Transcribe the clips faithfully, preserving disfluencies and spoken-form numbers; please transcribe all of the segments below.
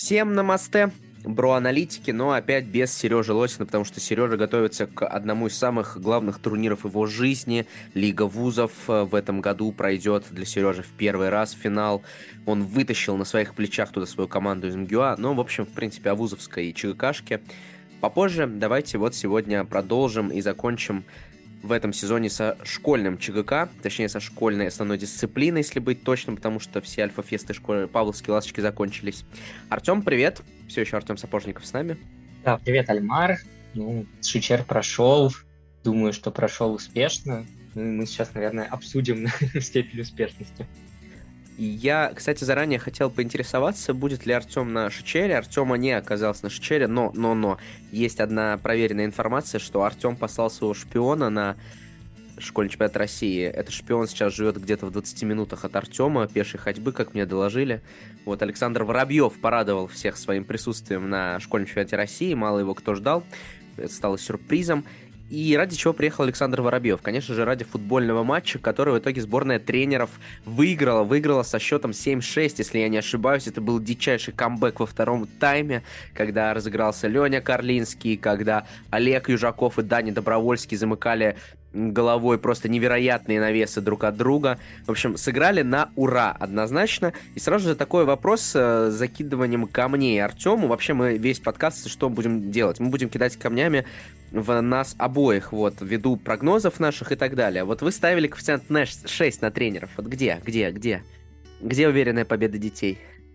Всем намасте, бро-аналитики, но опять без Сережи Лосина, потому что Сережа готовится к одному из самых главных турниров его жизни. Лига вузов в этом году пройдет для Сережи в первый раз финал. Он вытащил на своих плечах туда свою команду из МГУА. Ну, в общем, в принципе, о вузовской и ЧГКшке попозже. Давайте вот сегодня продолжим и закончим в этом сезоне со школьным ЧГК, точнее, со школьной основной дисциплиной, если быть точным, потому что все альфа-фесты школы Павловские ласточки закончились. Артем, привет! Все еще Артем Сапожников с нами. Да, привет, Альмар. Ну, Шичер прошел. Думаю, что прошел успешно. Ну, и мы сейчас, наверное, обсудим степень успешности. Я, кстати, заранее хотел поинтересоваться, будет ли Артем на Шичере. Артема не оказался на Шичере, но, но, но есть одна проверенная информация, что Артем послал своего шпиона на школьный чемпионат России. Этот шпион сейчас живет где-то в двадцати минутах от Артема, пешей ходьбы, как мне доложили. Вот Александр Воробьев порадовал всех своим присутствием на школьном чемпионате России, мало его кто ждал, это стало сюрпризом. И ради чего приехал Александр Воробьев? Конечно же, ради футбольного матча, который в итоге сборная тренеров выиграла. Выиграла со счетом семь шесть, если я не ошибаюсь. Это был дичайший камбэк во втором тайме, когда разыгрался Леня Карлинский, когда Олег Южаков и Даня Добровольский замыкали головой просто невероятные навесы друг от друга. В общем, сыграли на ура однозначно. И сразу же такой вопрос с закидыванием камней Артему. Вообще мы весь подкаст что будем делать? Мы будем кидать камнями в нас обоих, вот, ввиду прогнозов наших и так далее. Вот вы ставили коэффициент шесть на тренеров. Вот где, где, где? Где уверенная победа детей?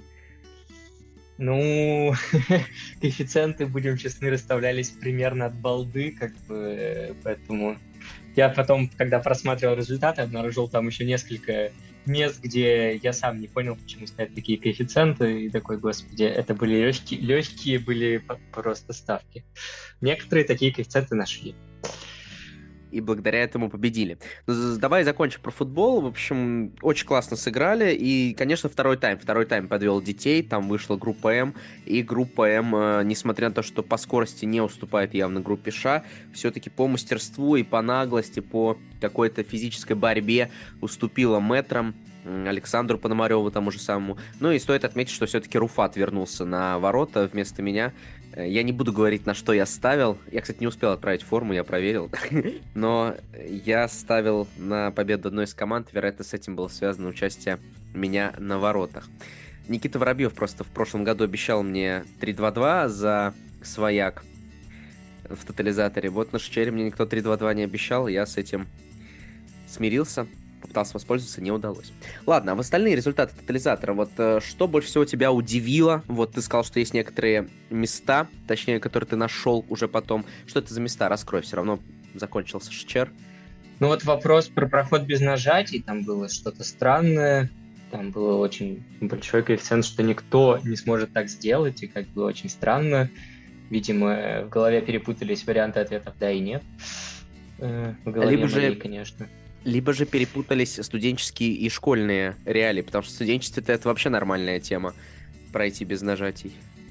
Ну, коэффициенты, будем честны, расставлялись примерно от балды, как бы, поэтому... Я потом, когда просматривал результаты, обнаружил там еще несколько мест, где я сам не понял, почему ставят такие коэффициенты, и такой, господи, это были легкие, легкие были просто ставки. Некоторые такие коэффициенты нашли. И благодаря этому победили. Ну, давай закончим про футбол. В общем, очень классно сыграли. И, конечно, второй тайм. Второй тайм подвел детей. Там вышла группа М. И группа М, несмотря на то, что по скорости не уступает явно группе Ш, все-таки по мастерству и по наглости, по какой-то физической борьбе уступила метрам. Александру Пономареву тому же самому. Ну и стоит отметить, что все-таки Руфат вернулся на ворота вместо меня. Я не буду говорить, на что я ставил. Я, кстати, не успел отправить форму, я проверил. Но я ставил на победу одной из команд. Вероятно, с этим было связано участие меня на воротах. Никита Воробьев просто в прошлом году обещал мне три два-два за свояк в тотализаторе. Вот на Шичере мне никто три два-два не обещал. Я с этим смирился. Попытался воспользоваться, не удалось. Ладно, а в остальные результаты тотализатора, вот э, что больше всего тебя удивило? Вот ты сказал, что есть некоторые места, точнее, которые ты нашел уже потом. Что это за места? Раскрой, все равно закончился Шичер. Ну вот вопрос про проход без нажатий, там было что-то странное, там был очень большой коэффициент, что никто не сможет так сделать, и как бы очень странно. Видимо, в голове перепутались варианты ответов «да» и «нет». Э, в голове Либо моей, же... конечно. Либо же перепутались студенческие и школьные реалии, потому что в студенчестве это вообще нормальная тема, пройти без нажатий.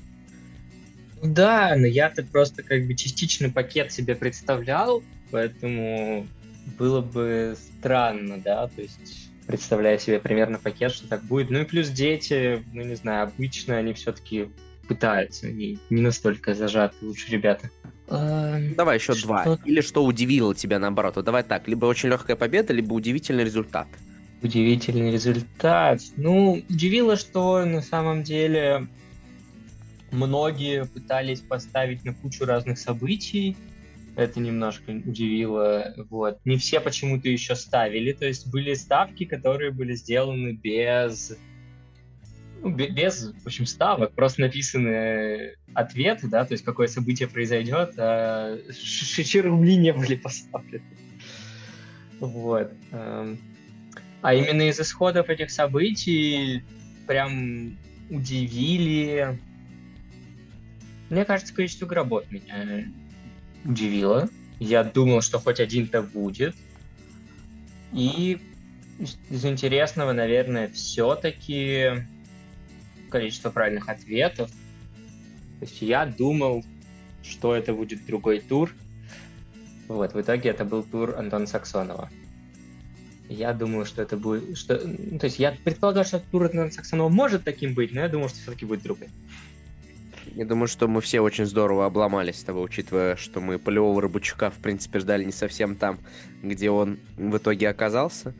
Да, но я-то просто как бы частичный пакет себе представлял, поэтому было бы странно, да, то есть представляя себе примерно пакет, что так будет. Ну и плюс дети, ну не знаю, обычно они все-таки пытаются, они не настолько зажаты, лучше ребята. Давай еще что? два. Или что удивило тебя наоборот? Вот давай так, либо очень легкая победа, либо удивительный результат. Удивительный результат. Ну, удивило, что на самом деле многие пытались поставить на кучу разных событий. Это немножко удивило. Вот. Не все почему-то еще ставили. То есть были ставки, которые были сделаны без... Ну, без, в общем, ставок, просто написаны ответы, да, то есть какое событие произойдет, а шичи рубли не были поставлены. Вот. А именно из исходов этих событий прям удивили. Мне кажется, количество гробот меня удивило. Я думал, что хоть один-то будет. И из интересного, наверное, все-таки... количество правильных ответов. То есть я думал, что это будет другой тур. Вот, в итоге это был тур Антона Саксонова. Я думаю, что это будет... Что, ну, то есть я предполагаю, что тур Антона Саксонова может таким быть, но я думал, что все-таки будет другой. Я думаю, что мы все очень здорово обломались с тобой, учитывая, что мы полевого Рыбачука, в принципе, ждали не совсем там, где он в итоге оказался.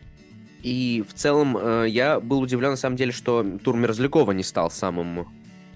И в целом э, я был удивлен, на самом деле, что тур Мерзлякова не стал самым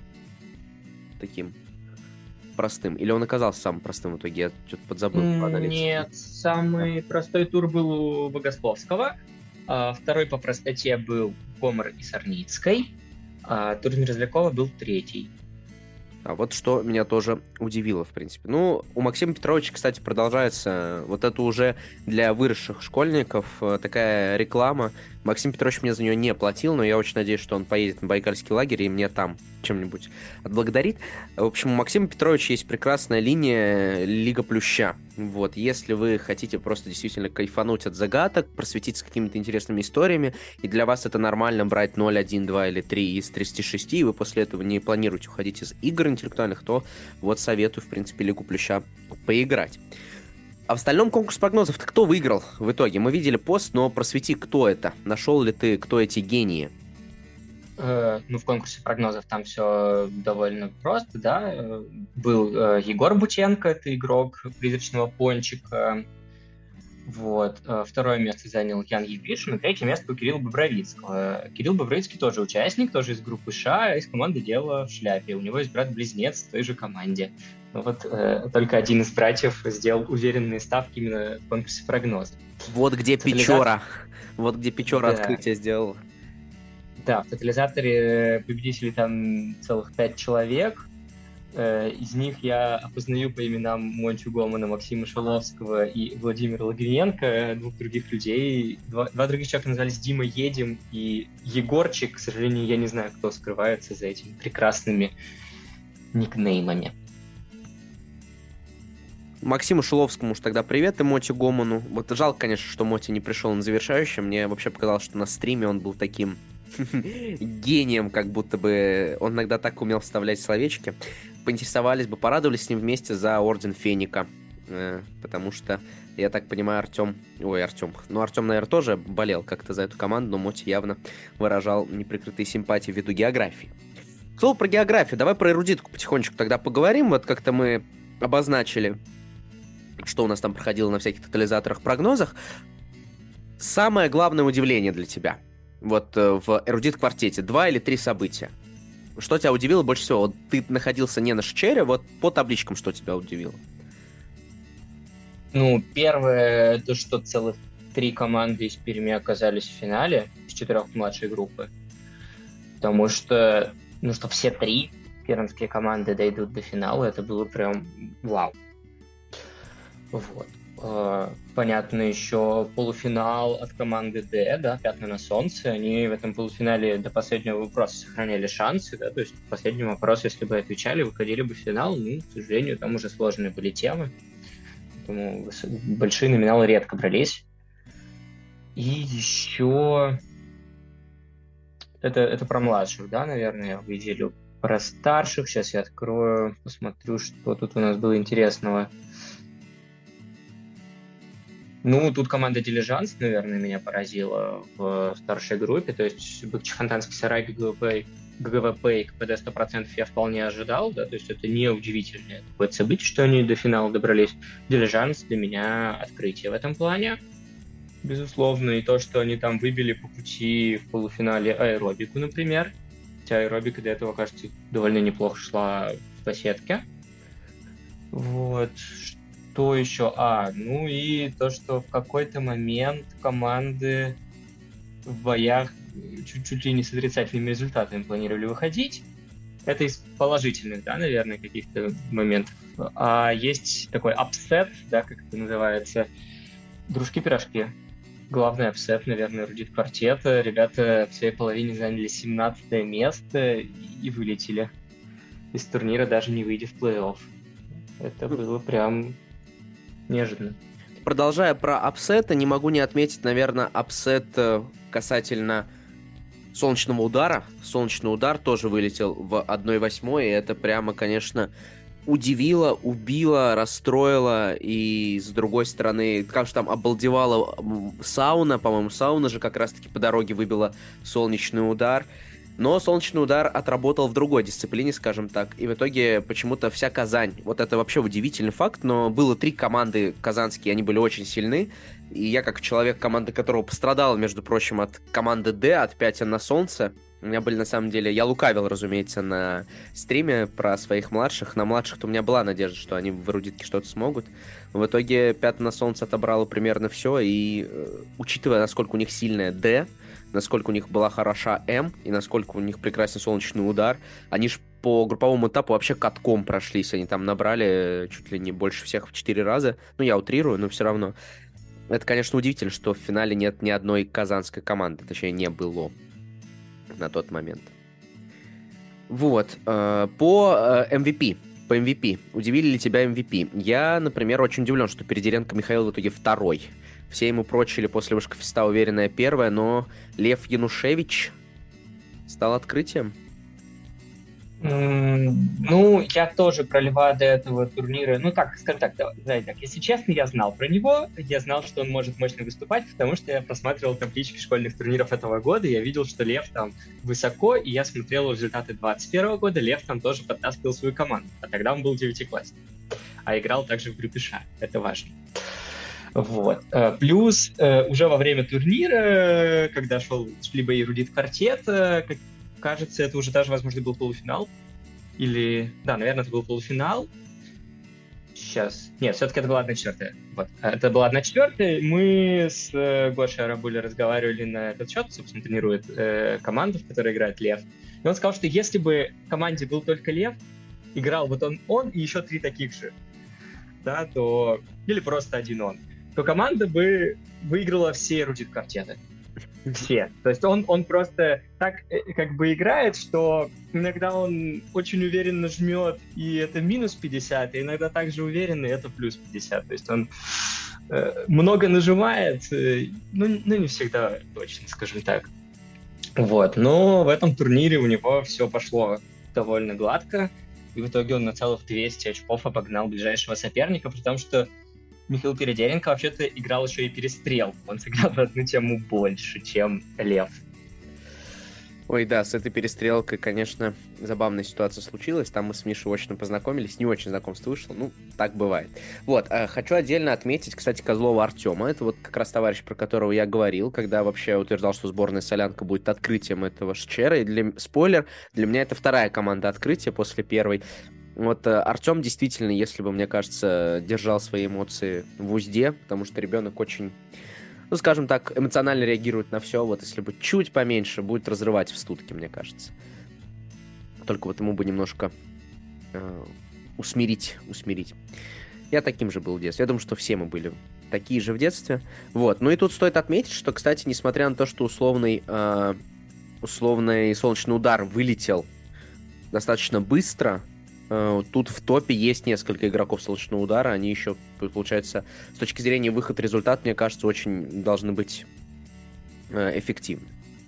таким простым. Или он оказался самым простым в итоге? Я что-то подзабыл по аналитике. Нет, самый простой тур был у Богословского. А, второй по простоте был Гомер и Сарницкой. А тур Мерзлякова был третий. А вот что меня тоже удивило, в принципе. Ну, у Максима Петровича, кстати, продолжается вот это уже для выросших школьников э, такая реклама. Максим Петрович мне за нее не платил, но я очень надеюсь, что он поедет на Байкальский лагерь и мне там чем-нибудь отблагодарит. В общем, у Максима Петровича есть прекрасная линия Лига Плюща. Вот, если вы хотите просто действительно кайфануть от загадок, просветиться какими-то интересными историями, и для вас это нормально брать ноль, один, два или три из тридцати шести, и вы после этого не планируете уходить из игр интеллектуальных, то вот советую, в принципе, Лигу Плюща поиграть. А в остальном конкурс прогнозов-то кто выиграл в итоге? Мы видели пост, но просвети, кто это? Нашел ли ты, кто эти гении? Э, ну, в конкурсе прогнозов там все довольно просто, да. Э, Был э, Егор Бутенко, это игрок призрачного пончика. Вот. Э, Второе место занял Ян Епишин, и третье место у Кирилла Бобровицкого. Кирилл Бобровицкий тоже участник, тоже из группы Ша, из команды «Дело в шляпе». У него есть брат-близнец в той же команде. Ну вот э, только один из братьев сделал уверенные ставки именно в конкурсе прогнозов. Вот где Тотализатор- Печора. Вот где Печора Да. открытие сделал. Да, в тотализаторе победителей там целых пять человек. Э, Из них я опознаю по именам Мончу Гомана, Максима Шиловского и Владимира Логвиненко. Двух других людей. Два, два других человека назывались Дима Едем и Егорчик. К сожалению, я не знаю, кто скрывается за этими прекрасными никнеймами. Максиму Шиловскому уж тогда привет и Моти Гоману. Вот жалко, конечно, что Моти не пришел на завершающем. Мне вообще показалось, что на стриме он был таким гением, как будто бы он иногда так умел вставлять словечки. Поинтересовались бы, порадовались с ним вместе за Орден Феника. Э, потому что, я так понимаю, Артем... Ой, Артем. Ну, Артем, наверное, тоже болел как-то за эту команду, но Моти явно выражал неприкрытые симпатии ввиду географии. К слову про географию, давай про эрудитку потихонечку тогда поговорим. Вот как-то мы обозначили, что у нас там проходило на всяких тотализаторах, прогнозах. Самое главное удивление для тебя вот э, в эрудит-квартете. Два или три события. Что тебя удивило больше всего? Вот ты находился не на Шичере, вот по табличкам что тебя удивило? Ну, первое, это что целых три команды из Перми оказались в финале из четырех младшей группы. Потому что, ну, что все три пермские команды дойдут до финала, это было прям вау. Вот. Э, Понятно, еще полуфинал от команды Д, да, «Пятна на солнце». Они в этом полуфинале до последнего вопроса сохраняли шансы, да, то есть в последнем вопросе, если бы отвечали, выходили бы в финал. Ну, к сожалению, там уже сложные были темы. Поэтому большие номиналы редко брались. И еще... Это, это про младших, да, наверное, выделю. Про старших сейчас я открою, посмотрю, что тут у нас было интересного. Ну, тут команда «Дилижанс», наверное, меня поразила в старшей группе. То есть Бахчисарайский сарай, ГГВП, ГГВП и КПД сто процентов я вполне ожидал, да, то есть это не удивительное такое событие, что они до финала добрались. «Дилижанс» для меня открытие в этом плане, безусловно. И то, что они там выбили по пути в полуфинале аэробику, например. Хотя аэробика до этого, кажется, довольно неплохо шла в площадке. Вот. Что еще? А, ну и то, что в какой-то момент команды в боях чуть-чуть ли не с отрицательными результатами планировали выходить. Это из положительных, да, наверное, каких-то моментов. А есть такой апсет, да, как это называется, дружки-пирожки. Главный апсет, наверное, эрудит квартета. Ребята в своей половине заняли семнадцатое место и вылетели из турнира, даже не выйдя в плей-офф. Это было прям неожиданно. Продолжая про апсеты, не могу не отметить, наверное, апсет касательно солнечного удара. Солнечный удар тоже вылетел в одна восьмая, и это прямо, конечно, удивило, убило, расстроило, и с другой стороны, как же там обалдевала сауна, по-моему, сауна же как раз-таки по дороге выбила солнечный удар. Но «Солнечный удар» отработал в другой дисциплине, скажем так, и в итоге почему-то вся Казань, вот это вообще удивительный факт, но было три команды казанские, они были очень сильны, и я, как человек, команда которого пострадала, между прочим, от команды «Д», от «Пятен на солнце», у меня были, на самом деле, я лукавил, разумеется, на стриме про своих младших. На младших-то у меня была надежда, что они в эрудитке что-то смогут. В итоге «Пятна на солнце» отобрало примерно все, и э, учитывая, насколько у них сильная «Д», насколько у них была хороша «М», и насколько у них прекрасный солнечный удар, они ж по групповому этапу вообще катком прошлись. Они там набрали чуть ли не больше всех в четыре раза. Ну, я утрирую, но все равно. Это, конечно, удивительно, что в финале нет ни одной казанской команды, точнее, не было на тот момент. Вот. Э, по э, эм ви пи. По эм ви пи. Удивили ли тебя эм ви пи? Я, например, очень удивлен, что Передеренко Михаил в итоге второй. Все ему прочили после Вышкафеста уверенная первая, но Лев Янушевич стал открытием. Mm, ну, я тоже про Льва до этого турнира, ну так, скажем так, давай так, если честно, я знал про него, я знал, что он может мощно выступать, потому что я просматривал таблички школьных турниров этого года, я видел, что Лев там высоко, и я смотрел результаты двадцать первого года, Лев там тоже подтаскивал свою команду, а тогда он был девятиклассник, а играл также в Крепыша, это важно. Вот. Плюс уже во время турнира, когда шел, шли бои Эрудит Квартет, кажется, это уже даже, возможно, был полуфинал. Или... Да, наверное, это был полуфинал. Сейчас. Нет, все-таки это была одна четвертая. Вот. Это была одна четвертая. Мы с э, Гошей Арабули разговаривали на этот счет. Собственно, тренирует э, команду, в которой играет Лев. И он сказал, что если бы в команде был только Лев, играл вот он, он и еще три таких же, да, то... Или просто один он. То команда бы выиграла все Эрудит Квартеты. Все. То есть он, он просто так как бы играет, что иногда он очень уверенно жмет, и это минус пятьдесят, и иногда также уверенно, и это плюс пятьдесят. То есть он э, много нажимает, э, ну, ну не всегда точно, скажем так. Вот. Но в этом турнире у него все пошло довольно гладко, и в итоге он на целых двести очков обогнал ближайшего соперника, при том, что Михаил Передеренко вообще-то играл еще и перестрелку. Он сыграл в одну тему больше, чем Лев. Ой, да, с этой перестрелкой, конечно, забавная ситуация случилась. Там мы с Мишей очно познакомились, не очень знакомство вышло, ну, так бывает. Вот, э, хочу отдельно отметить, кстати, Козлова Артема. Это вот как раз товарищ, про которого я говорил, когда вообще утверждал, что сборная Солянка будет открытием этого ШЧРа. И для... спойлер, для меня это вторая команда открытия после первой. Вот э, Артем действительно, если бы, мне кажется, держал свои эмоции в узде, потому что ребенок очень, ну, скажем так, эмоционально реагирует на все. Вот если бы чуть поменьше, будет разрывать в студке, мне кажется. Только вот ему бы немножко э, усмирить, усмирить. Я таким же был в детстве. Я думаю, что все мы были такие же в детстве. Вот. Ну и тут стоит отметить, что, кстати, несмотря на то, что условный, э, условный солнечный удар вылетел достаточно быстро, тут в топе есть несколько игроков солнечного удара. Они еще, получается, с точки зрения выхода результат, мне кажется, очень должны быть эффективны.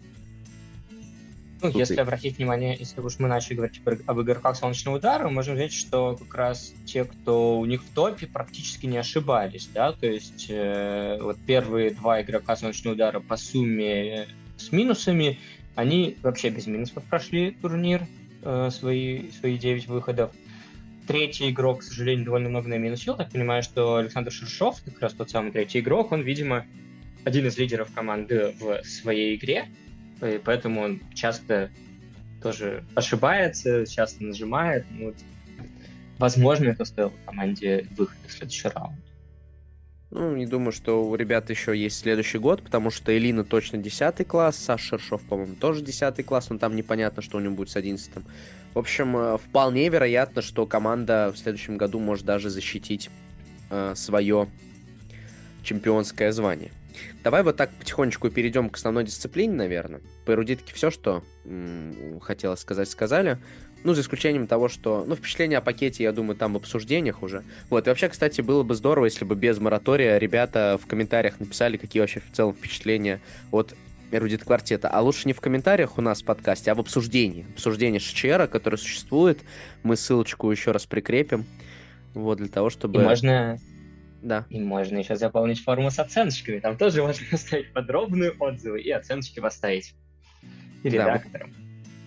Ну, если обратить внимание, если уж мы начали говорить об игроках солнечного удара, мы можем видеть, что как раз те, кто у них в топе, практически не ошибались, да, то есть э, вот первые два игрока солнечного удара по сумме с минусами, они вообще без минусов прошли турнир, Свои, свои девять выходов. Третий игрок, к сожалению, довольно много на минусил. Так понимаю, что Александр Шершов, как раз тот самый третий игрок, он, видимо, один из лидеров команды в своей игре, и поэтому он часто тоже ошибается, часто нажимает. Вот. Возможно, это стоило команде выхода в следующий раунд. Ну, не думаю, что у ребят еще есть следующий год, потому что Элина точно десятый класс, Саша Шершов, по-моему, тоже десятый класс, но там непонятно, что у него будет с одиннадцатым. В общем, вполне вероятно, что команда в следующем году может даже защитить э, свое чемпионское звание. Давай вот так потихонечку перейдем к основной дисциплине, наверное. По эрудитке все, что м- хотелось сказать, сказали. Ну, за исключением того, что... Ну, впечатление о пакете, я думаю, там в обсуждениях уже. Вот, и вообще, кстати, было бы здорово, если бы без моратория ребята в комментариях написали, какие вообще в целом впечатления от Эрудит Квартета. А лучше не в комментариях у нас в подкасте, а в обсуждении. Обсуждение ШЧРа, которое существует. Мы ссылочку еще раз прикрепим. Вот, для того, чтобы... И можно... Да. И можно еще заполнить форму с оценочками. Там тоже можно оставить подробные отзывы и оценочки поставить. И редакторам. Да.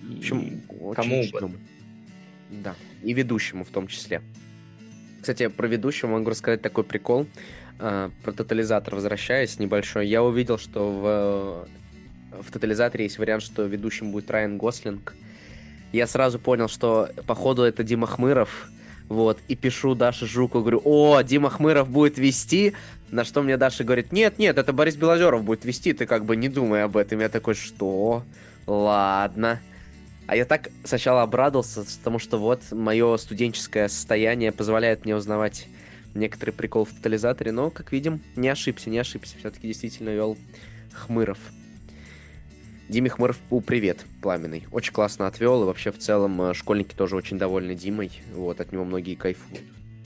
В общем, очень кому ждем. угодно. Да, и ведущему в том числе. Кстати, про ведущего могу рассказать такой прикол. А, про тотализатор возвращаясь небольшой. Я увидел, что в, в тотализаторе есть вариант, что ведущим будет Райан Гослинг. Я сразу понял, что походу это Дима Хмыров. Вот, и пишу Даше Жуку, говорю: о, Дима Хмыров будет вести. На что мне Даша говорит: нет, нет, это Борис Белозеров будет вести, ты как бы не думай об этом. Я такой: что? Ладно. А я так сначала обрадовался, потому что вот мое студенческое состояние позволяет мне узнавать некоторые приколы в тотализаторе, но, как видим, не ошибся, не ошибся. Все-таки действительно вел Хмыров. Диме Хмырову привет, пламенный. Очень классно отвел, и вообще в целом школьники тоже очень довольны Димой. Вот, от него многие кайфуют.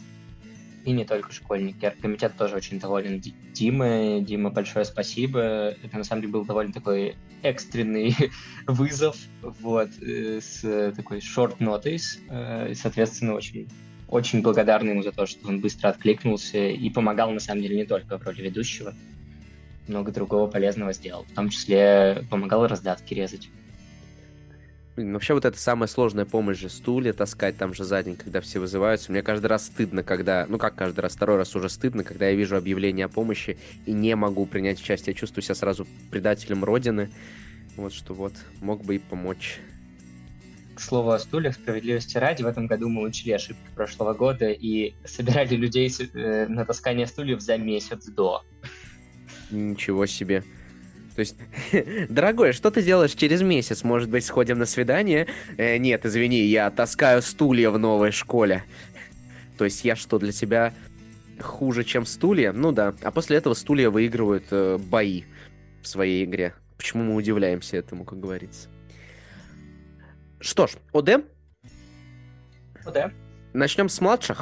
И не только школьники. Оргкомитет тоже очень доволен Димой. Дима, большое спасибо. Это, на самом деле, был довольно такой экстренный вызов, вот, с такой short notice. И, соответственно, очень, очень благодарны ему за то, что он быстро откликнулся и помогал, на самом деле, не только в роли ведущего. Много другого полезного сделал. В том числе помогал раздатки резать. Блин, вообще вот это самая сложная помощь же, стулья таскать там же за день, когда все вызываются. Мне каждый раз стыдно, когда... Ну как каждый раз, второй раз уже стыдно, когда я вижу объявление о помощи и не могу принять участие. Я чувствую себя сразу предателем Родины. Вот что вот, мог бы и помочь. К слову о стульях, справедливости ради, в этом году мы учли ошибки прошлого года и собирали людей на таскание стульев за месяц до. Ничего себе. То есть, дорогой, что ты делаешь через месяц? Может быть, сходим на свидание? Э, нет, извини, я таскаю стулья в новой школе. То есть я что, для тебя хуже, чем стулья? Ну да. А после этого стулья выигрывают э, бои в своей игре. Почему мы удивляемся этому, как говорится? Что ж, ОД? ОД. Начнем с младших?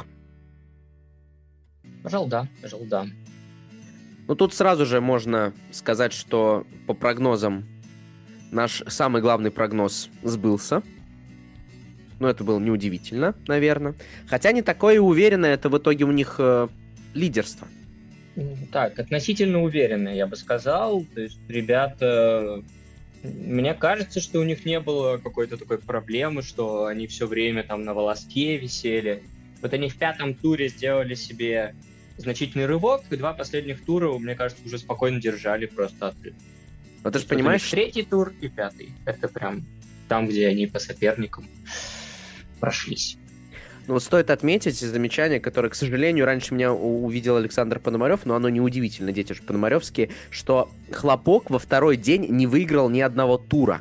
Пожалуй, да. Пожалуй, да. Ну, тут сразу же можно сказать, что по прогнозам наш самый главный прогноз сбылся. Ну, это было неудивительно, наверное. Хотя не такое уверенное, это в итоге у них э, лидерство. Так, относительно уверенно, я бы сказал. То есть ребята... Мне кажется, что у них не было какой-то такой проблемы, что они все время там на волоске висели. Вот они в пятом туре сделали себе значительный рывок, и два последних тура, мне кажется, уже спокойно держали просто отрыв. Но ты же понимаешь... Третий тур и пятый. Это прям там, где они по соперникам прошлись. Ну, вот стоит отметить замечание, которое, к сожалению, раньше меня увидел Александр Пономарев, но оно неудивительно, дети же пономаревские, что Хлопок во второй день не выиграл ни одного тура.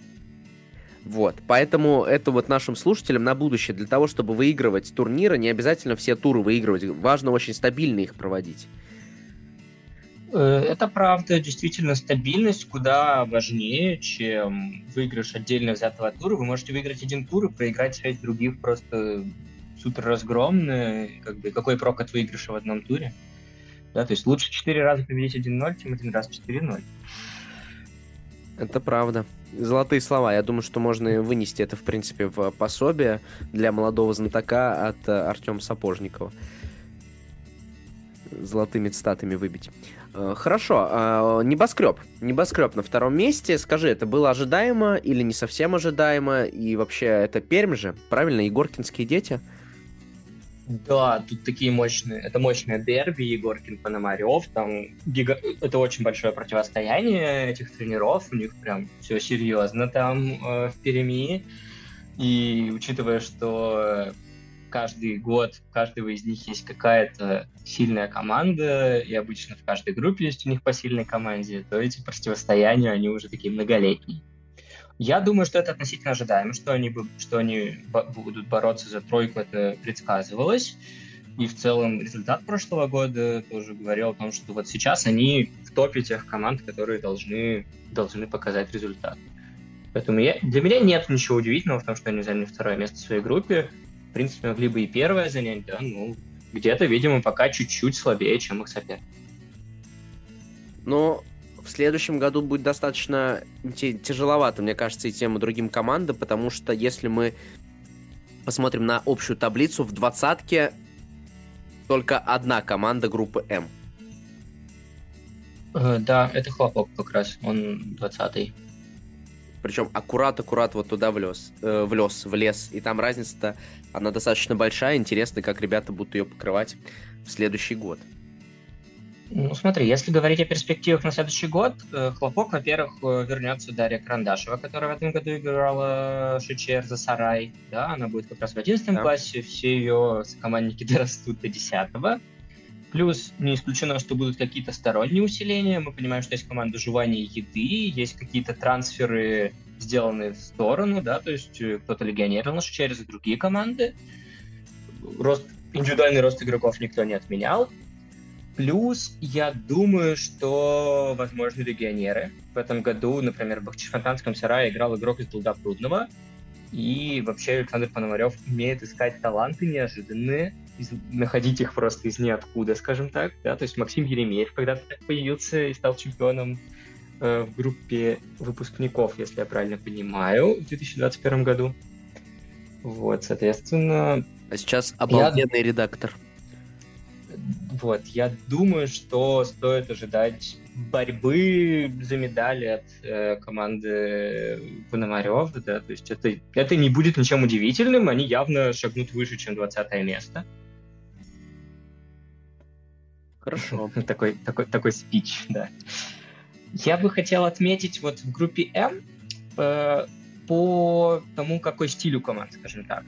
Вот, поэтому это вот нашим слушателям на будущее, для того, чтобы выигрывать турниры, не обязательно все туры выигрывать, важно очень стабильно их проводить. Это правда, действительно, стабильность куда важнее, чем выигрыш отдельно взятого тура. Вы можете выиграть один тур и проиграть шесть других просто супер разгромно. Как бы, какой прок от выигрыша в одном туре? Да, то есть лучше четыре раза победить один ноль, чем один раз четыре ноль. Это правда. Золотые слова. Я думаю, что можно вынести это, в принципе, в пособие для молодого знатока от Артема Сапожникова. Золотыми цитатами выбить. Хорошо. Небоскреб. Небоскреб на втором месте. Скажи, это было ожидаемо или не совсем ожидаемо? И вообще, это Пермь же? Правильно? Егоркинские дети? Да, тут такие мощные, это мощное дерби, Егоркин-Пономарев, там гига... это очень большое противостояние этих тренеров, у них прям все серьезно там э, в Перми, и учитывая, что каждый год у каждого из них есть какая-то сильная команда, и обычно в каждой группе есть у них по сильной команде, то эти противостояния, они уже такие многолетние. Я думаю, что это относительно ожидаемо, что они, что они будут бороться за тройку, это предсказывалось. И в целом результат прошлого года тоже говорил о том, что вот сейчас они в топе тех команд, которые должны, должны показать результат. Поэтому я, для меня нет ничего удивительного в том, что они заняли второе место в своей группе. В принципе, могли бы и первое занять, да, ну, где-то, видимо, пока чуть-чуть слабее, чем их соперник. Но в следующем году будет достаточно тяжеловато, мне кажется, и тем, и другим командам, потому что если мы посмотрим на общую таблицу, в двадцатке только одна команда группы М. Э, да, это Хлопок как раз, он двадцатый. Причем аккурат-аккурат вот туда влез, э, влез, влез. И там разница-то, она достаточно большая. Интересно, как ребята будут ее покрывать в следующий год. Ну, смотри, если говорить о перспективах на следующий год, э, Хлопок, во-первых, э, вернется Дарья Карандашева, которая в этом году играла Шичер за Сарай. Да, она будет как раз в одиннадцатом Да. классе, все ее сокомандники дорастут до десятого. Плюс не исключено, что будут какие-то сторонние усиления. Мы понимаем, что есть команда жевания еды, есть какие-то трансферы, сделанные в сторону, да, то есть э, кто-то легионерил на Шичере за другие команды. Рост, индивидуальный рост игроков никто не отменял. Плюс, я думаю, что возможны легионеры. В этом году, например, в Бахчисарайском сарае играл игрок из Долда Прудного. И вообще Александр Пономарев умеет искать таланты неожиданные, из- находить их просто из ниоткуда, скажем так. Да? То есть Максим Еремеев когда-то так появился и стал чемпионом э, в группе выпускников, если я правильно понимаю, в две тысячи двадцать первом году. Вот, соответственно, А сейчас обалденный редактор. вот, я думаю, что стоит ожидать борьбы за медали от э, команды Пономарева, да, то есть это, это не будет ничем удивительным, они явно шагнут выше, чем двадцатое место. Хорошо. Такой, такой, такой спич, да. Я бы хотел отметить вот в группе М э, по тому, какой стиль у команд, скажем так.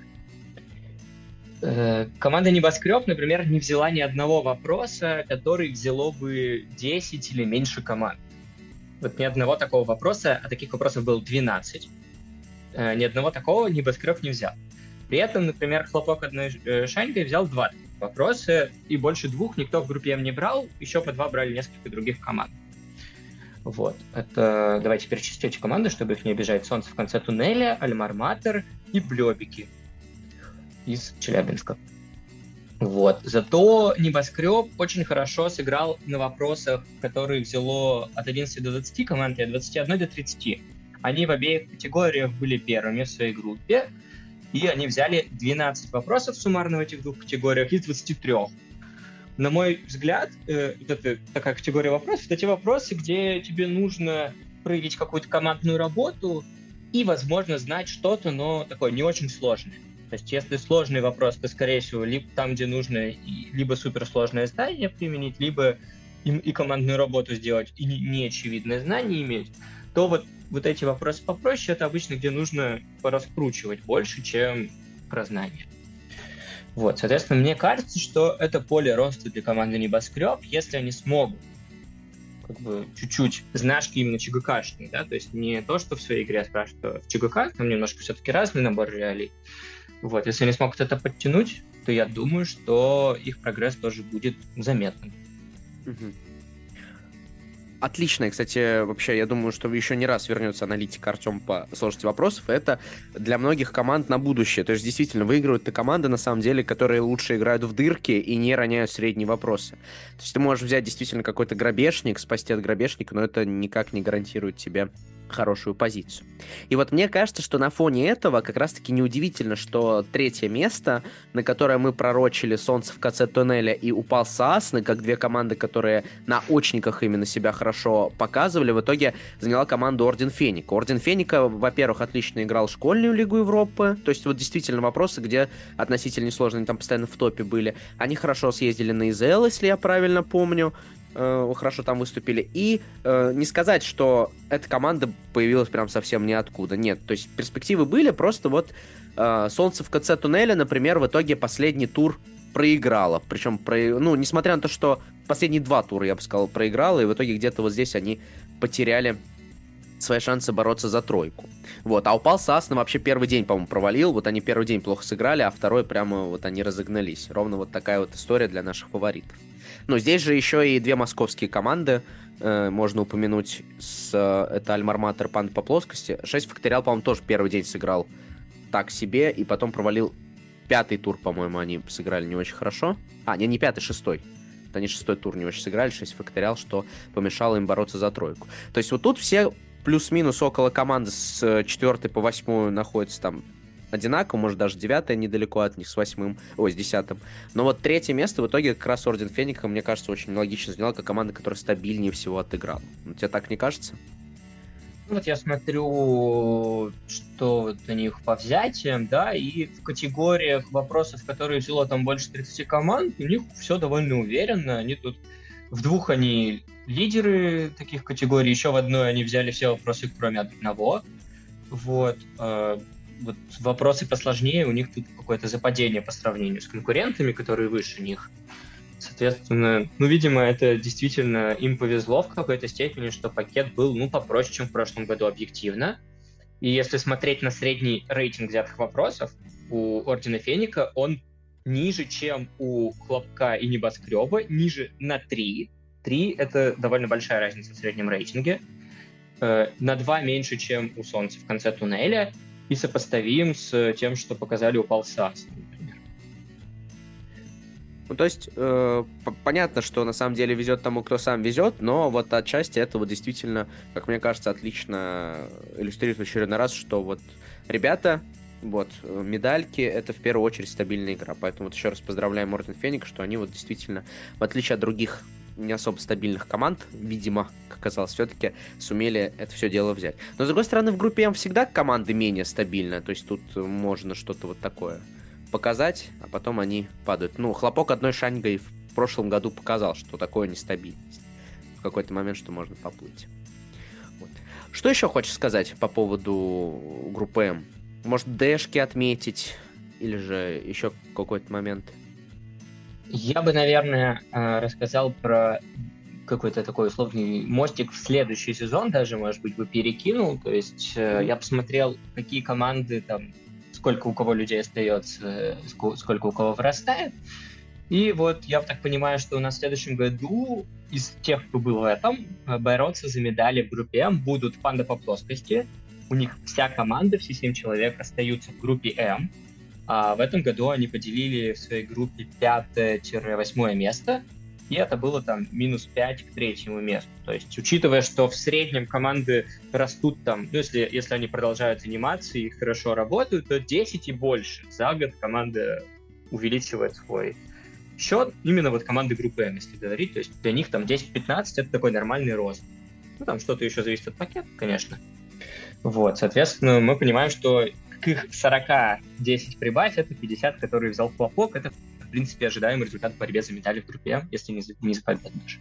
Э, Команда Небоскреб, например, не взяла ни одного вопроса, который взяло бы десять или меньше команд. Вот ни одного такого вопроса, а таких вопросов было двенадцать, э, ни одного такого Небоскреб не взял. При этом, например, Хлопок одной э, шанькой взял два вопроса, и больше двух никто в группе М не брал, еще по два брали несколько других команд. Вот. Это давайте перечислю эти команды, чтобы их не обижать. Солнце в конце туннеля, Альмар-Матер и Блёбики из Челябинска. Вот. Зато Небоскреб очень хорошо сыграл на вопросах, которые взяло от одиннадцати до двадцати команд и от двадцати одной до тридцати. Они в обеих категориях были первыми в своей группе, и они взяли двенадцать вопросов суммарно в этих двух категориях из двадцати трёх. На мой взгляд, э, вот это такая категория вопросов, это те вопросы, где тебе нужно проявить какую-то командную работу и, возможно, знать что-то, но такое не очень сложное. То есть, если сложный вопрос, то, скорее всего, либо там, где нужно и- либо суперсложное знание применить, либо и, и командную работу сделать, и не- неочевидное знание иметь, то вот, вот эти вопросы попроще, это обычно, где нужно пораскручивать больше, чем про знания. Вот, соответственно, мне кажется, что это поле роста для команды Небоскреб, если они смогут как бы чуть-чуть знашки именно ЧГКшные, да, то есть не то, что в своей игре я спрашиваю, в ЧГК там немножко все-таки разный набор реалий. Вот, если они смогут это подтянуть, то я думаю, что их прогресс тоже будет заметным. Мгм. Отлично, кстати, вообще, я думаю, что еще не раз вернется аналитика Артем по сложности вопросов. Это для многих команд на будущее. То есть, действительно, выигрывают ты команды, на самом деле, которые лучше играют в дырки и не роняют средние вопросы. То есть, ты можешь взять действительно какой-то грабежник, спасти от грабежника, но это никак не гарантирует тебе хорошую позицию. И вот мне кажется, что на фоне этого как раз-таки неудивительно, что третье место, на которое мы пророчили Солнце в конце туннеля и упал Саасны, как две команды, которые на очниках именно себя хорошо показывали, в итоге заняла команда Орден Феника. Орден Феника, во-первых, отлично играл школьную лигу Европы, то есть вот действительно вопросы, где относительно несложные, они там постоянно в топе были. Они хорошо съездили на ИЗЛ, если я правильно помню, хорошо там выступили. И э, не сказать, что эта команда появилась прям совсем ниоткуда. Нет, то есть перспективы были, просто вот э, Солнце в конце туннеля, например, в итоге последний тур проиграла. Причем, про, ну, несмотря на то, что последние два тура, я бы сказал, проиграла, и в итоге где-то вот здесь они потеряли свои шансы бороться за тройку. Вот, а упал Саасна вообще первый день, по-моему, провалил. Вот они первый день плохо сыграли, а второй прямо вот они разогнались. Ровно вот такая вот история для наших фаворитов. Но здесь же еще и две московские команды э, можно упомянуть. С, э, это Альмар-Матер, Панда по плоскости. шесть Факториал, по-моему, тоже первый день сыграл так себе, и потом провалил пятый тур, по-моему, они сыграли не очень хорошо. А, не, не пятый, шестой. Вот они шестой тур не очень сыграли, шесть Факториал, что помешало им бороться за тройку. То есть вот тут все плюс-минус около команды с четвертой по восьмую находятся там одинаково, может, даже девятая недалеко от них с восьмым, ой, с десятым. Но вот третье место в итоге как раз Орден Феника, мне кажется, очень логично заняла, как команда, которая стабильнее всего отыграла. Тебе так не кажется? Вот я смотрю, что вот у них по взятиям, да, и в категориях вопросов, которые взяло там больше тридцати команд, у них все довольно уверенно. Они тут в двух они лидеры таких категорий, еще в одной они взяли все вопросы, кроме одного. Вот. э, Вот вопросы посложнее, у них тут какое-то западение по сравнению с конкурентами, которые выше них. Соответственно, ну, видимо, это действительно им повезло в какой-то степени, что пакет был, ну, попроще, чем в прошлом году объективно. И если смотреть на средний рейтинг взятых вопросов, у Ордена Феника он ниже, чем у Хлопка и Небоскреба, ниже на три. три — это довольно большая разница в среднем рейтинге. Э, на два меньше, чем у Солнца в конце туннеля, и сопоставим с тем, что показали у Палсаса, например. Ну, то есть, э, понятно, что на самом деле везет тому, кто сам везет, но вот отчасти это вот действительно, как мне кажется, отлично иллюстрирует в очередной раз, что вот ребята, вот, медальки — это в первую очередь стабильная игра. Поэтому вот еще раз поздравляем Орден Феникс, что они вот действительно, в отличие от других не особо стабильных команд, видимо, как оказалось, все-таки сумели это все дело взять. Но, с другой стороны, в группе М всегда команды менее стабильные, то есть тут можно что-то вот такое показать, а потом они падают. Ну, Хлопок одной Шаньгой в прошлом году показал, что такое нестабильность. В какой-то момент, что можно поплыть. Вот. Что еще хочешь сказать по поводу группы М? Может, дэшки отметить? Или же еще какой-то момент? Я бы, наверное, рассказал про какой-то такой условный мостик в следующий сезон, даже, может быть, бы перекинул. То есть я посмотрел, какие команды там, сколько у кого людей остается, сколько у кого вырастает. И вот я так понимаю, что у нас в следующем году из тех, кто был в этом, бороться за медали в группе М будут Панда по плоскости. У них вся команда, все семь человек остаются в группе М. А в этом году они поделили в своей группе пятое-восьмое место, и это было там минус пять к третьему месту. То есть, учитывая, что в среднем команды растут там, ну, если, если они продолжают заниматься и хорошо работают, то десять и больше за год команда увеличивает свой счет. Именно вот команды группы М, если говорить. То есть для них там десять-пятнадцать — это такой нормальный рост. Ну, там что-то еще зависит от пакета, конечно. Вот, соответственно, мы понимаем, что к их сорока десять прибавь, это пятьдесят, который взял Хлопок. Это, в принципе, ожидаемый результат в борьбе за медали в группе М, если не за, не за победу даже.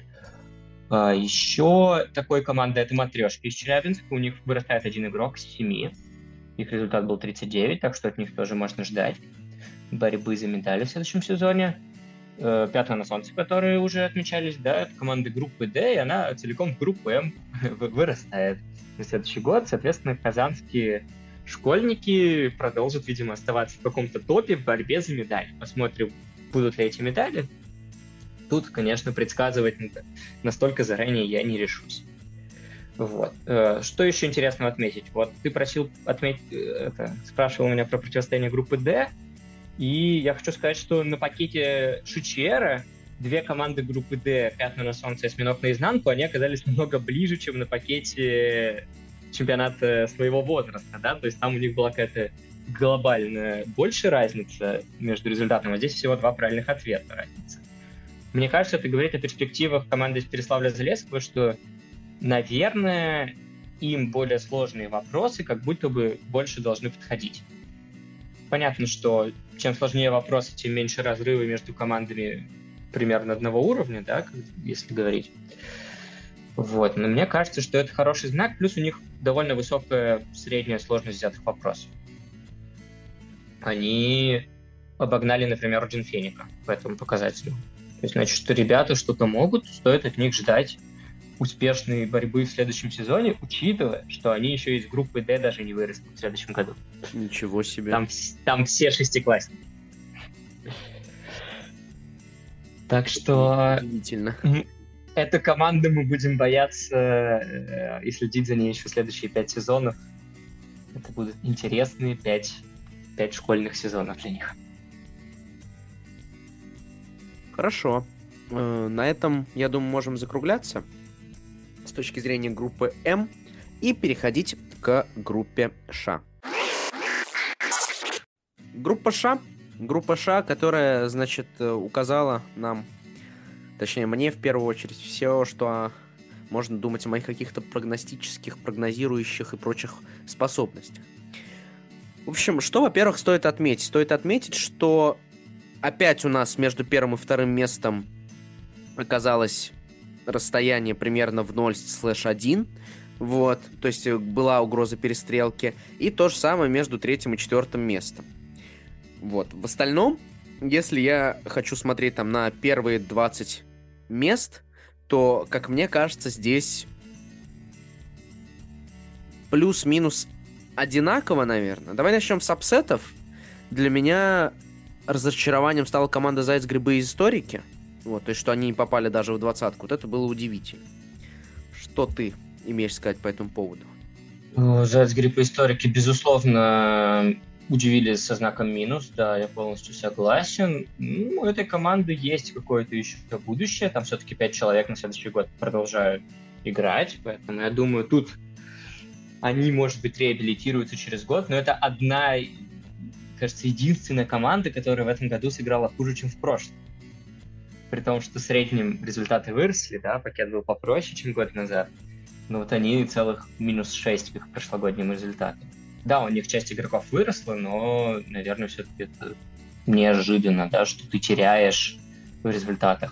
А, еще такой команда — это Матрешки из Челябинска. У них вырастает один игрок с семи. Их результат был тридцать девять, так что от них тоже можно ждать борьбы за медали в следующем сезоне. Пятое на солнце, которые уже отмечались, да, это команда группы Д, и она целиком в группу М вырастает на следующий год. Соответственно, казанские школьники продолжат, видимо, оставаться в каком-то топе в борьбе за медаль. Посмотрим, будут ли эти медали. Тут, конечно, предсказывать настолько заранее я не решусь. Вот. Что еще интересно отметить? Вот ты просил отметить, это, спрашивал меня про противостояние группы Д, и я хочу сказать, что на пакете Шичера две команды группы Д, Пятна на солнце и Осьминог наизнанку, они оказались намного ближе, чем на пакете чемпионата своего возраста, да, то есть там у них была какая-то глобальная большая разница между результатом, а здесь всего два правильных ответа разница. Мне кажется, это говорит о перспективах команды из Переславля-Залесского, что, наверное, им более сложные вопросы как будто бы больше должны подходить. Понятно, что чем сложнее вопросы, тем меньше разрывы между командами примерно одного уровня, да, если говорить. Вот. Но мне кажется, что это хороший знак, плюс у них довольно высокая средняя сложность взятых вопросов. Они обогнали, например, Орден Феника по этому показателю. То есть, значит, что ребята что-то могут, стоит от них ждать успешной борьбы в следующем сезоне, учитывая, что они еще из группы Д даже не вырастут в следующем году. Ничего себе. Там, там все шестиклассники. Так что... Удивительно. Эту команду мы будем бояться э, и следить за ней еще в следующие пять сезонов. Это будут интересные пять, пять школьных сезонов для них. Хорошо. На этом, я думаю, можем закругляться с точки зрения группы М и переходить к группе Ш. Группа Ш, группа Ш, которая, значит, указала нам, точнее, мне в первую очередь, все, что можно думать о моих каких-то прогностических, прогнозирующих и прочих способностях. В общем, что, во-первых, стоит отметить? Стоит отметить, что опять у нас между первым и вторым местом оказалось расстояние примерно в ноль слэш один. Вот, то есть была угроза перестрелки. И то же самое между третьим и четвертым местом. Вот, в остальном, если я хочу смотреть там на первые двадцать мест, то, как мне кажется, здесь плюс-минус одинаково, наверное. Давай начнем с апсетов. Для меня разочарованием стала команда Заяц, Грибы и Историки. Вот, то есть, что они не попали даже в двадцатку. Вот это было удивительно. Что ты имеешь сказать по этому поводу? Заяц, Грибы и Историки, безусловно, удивили со знаком минус. Да, я полностью согласен. Ну, у этой команды есть какое-то еще будущее. Там все-таки пять человек на следующий год продолжают играть. Поэтому я думаю, тут они, может быть, реабилитируются через год, но это одна, кажется, единственная команда, которая в этом году сыграла хуже, чем в прошлом. При том, что в среднем результаты выросли, да, пакет был попроще, чем год назад. Но вот они целых минус шесть к их прошлогодним результатам. Да, у них часть игроков выросла, но, наверное, все-таки это неожиданно, да, что ты теряешь в результатах.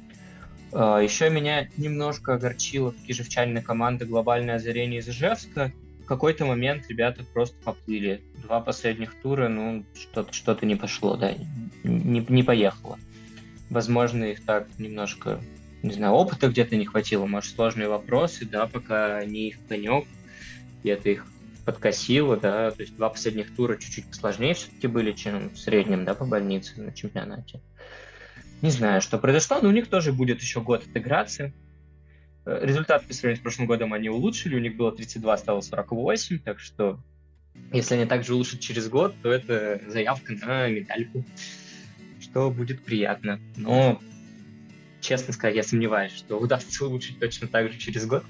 Еще меня немножко огорчила кижевчанина команда «Глобальное озарение» из Ижевска. В какой-то момент ребята просто поплыли. Два последних тура, ну, что-то, что-то не пошло, да, не, не поехало. Возможно, их так немножко, не знаю, опыта где-то не хватило, может, сложные вопросы, да, пока не их конек, и это их подкосило, да, то есть два последних тура чуть-чуть посложнее все-таки были, чем в среднем, да, по больнице на чемпионате. Не знаю, что произошло, но у них тоже будет еще год отыграться. Результаты по сравнению с прошлым годом они улучшили, у них было тридцать два, стало сорок восемь, так что если они также улучшат через год, то это заявка на медальку, что будет приятно. Но, честно сказать, я сомневаюсь, что удастся улучшить точно так же через год.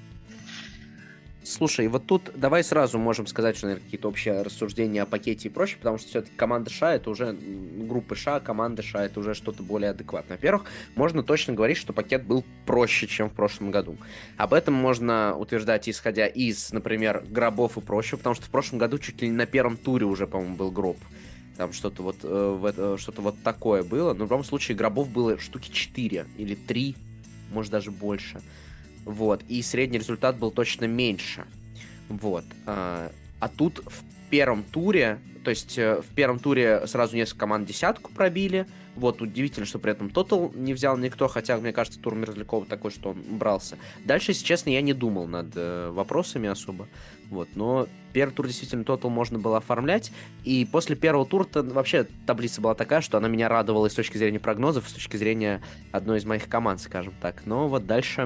Слушай, вот тут давай сразу можем сказать, что, наверное, какие-то общие рассуждения о пакете и прочее, потому что все-таки команда Ша — это уже группа Ша, команда Ша — это уже что-то более адекватное. Во-первых, можно точно говорить, что пакет был проще, чем в прошлом году. Об этом можно утверждать, исходя из, например, гробов и прочего, потому что в прошлом году чуть ли не на первом туре уже, по-моему, был гроб. Там что-то вот, э, что-то вот такое было. Но в любом случае гробов было штуки четыре или три, может даже больше. Вот, и средний результат был точно меньше. Вот. А, а тут в первом туре, то есть в первом туре сразу несколько команд десятку пробили. Вот, удивительно, что при этом тотал не взял никто, хотя, мне кажется, тур Мерзлякова такой, что он брался. Дальше, если честно, я не думал над э, вопросами особо. Вот, но первый тур действительно тотал можно было оформлять. И после первого тура вообще таблица была такая, что она меня радовала и с точки зрения прогнозов, и с точки зрения одной из моих команд, скажем так. Но вот дальше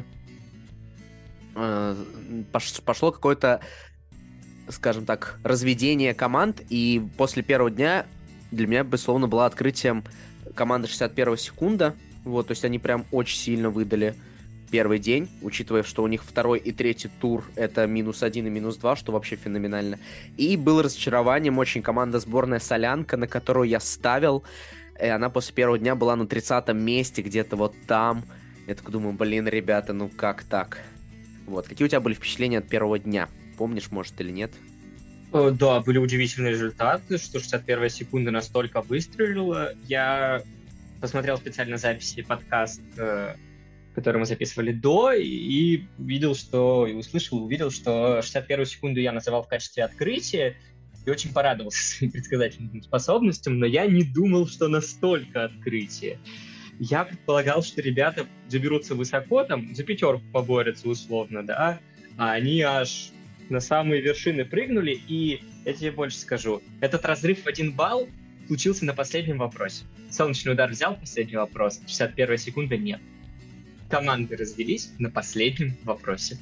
пошло какое-то, скажем так, разведение команд, и после первого дня для меня, безусловно, было открытием команда шестьдесят первая секунда. Вот, то есть они прям очень сильно выдали первый день, учитывая, что у них второй и третий тур это минус один и минус два, что вообще феноменально. И было разочарованием очень команда сборная Солянка, на которую я ставил, и она после первого дня была на тридцатом месте, где-то вот там. Я такой думаю, блин, ребята, ну как так? Вот. Какие у тебя были впечатления от первого дня? Помнишь, может, или нет? Да, были удивительные результаты, что шестьдесят первая секунда настолько выстрелила. Я посмотрел специально записи подкаст, который мы записывали до, и видел, что, и услышал, увидел, что шестьдесят первую секунду я называл в качестве открытия, и очень порадовался своим предсказательным способностям, но я не думал, что настолько открытие. Я предполагал, что ребята заберутся высоко, там, за пятерку поборются условно, да, а они аж на самые вершины прыгнули, и я тебе больше скажу, этот разрыв в один балл случился на последнем вопросе. Солнечный удар взял последний вопрос, шестьдесят первая секунда нет. Команды развелись на последнем вопросе.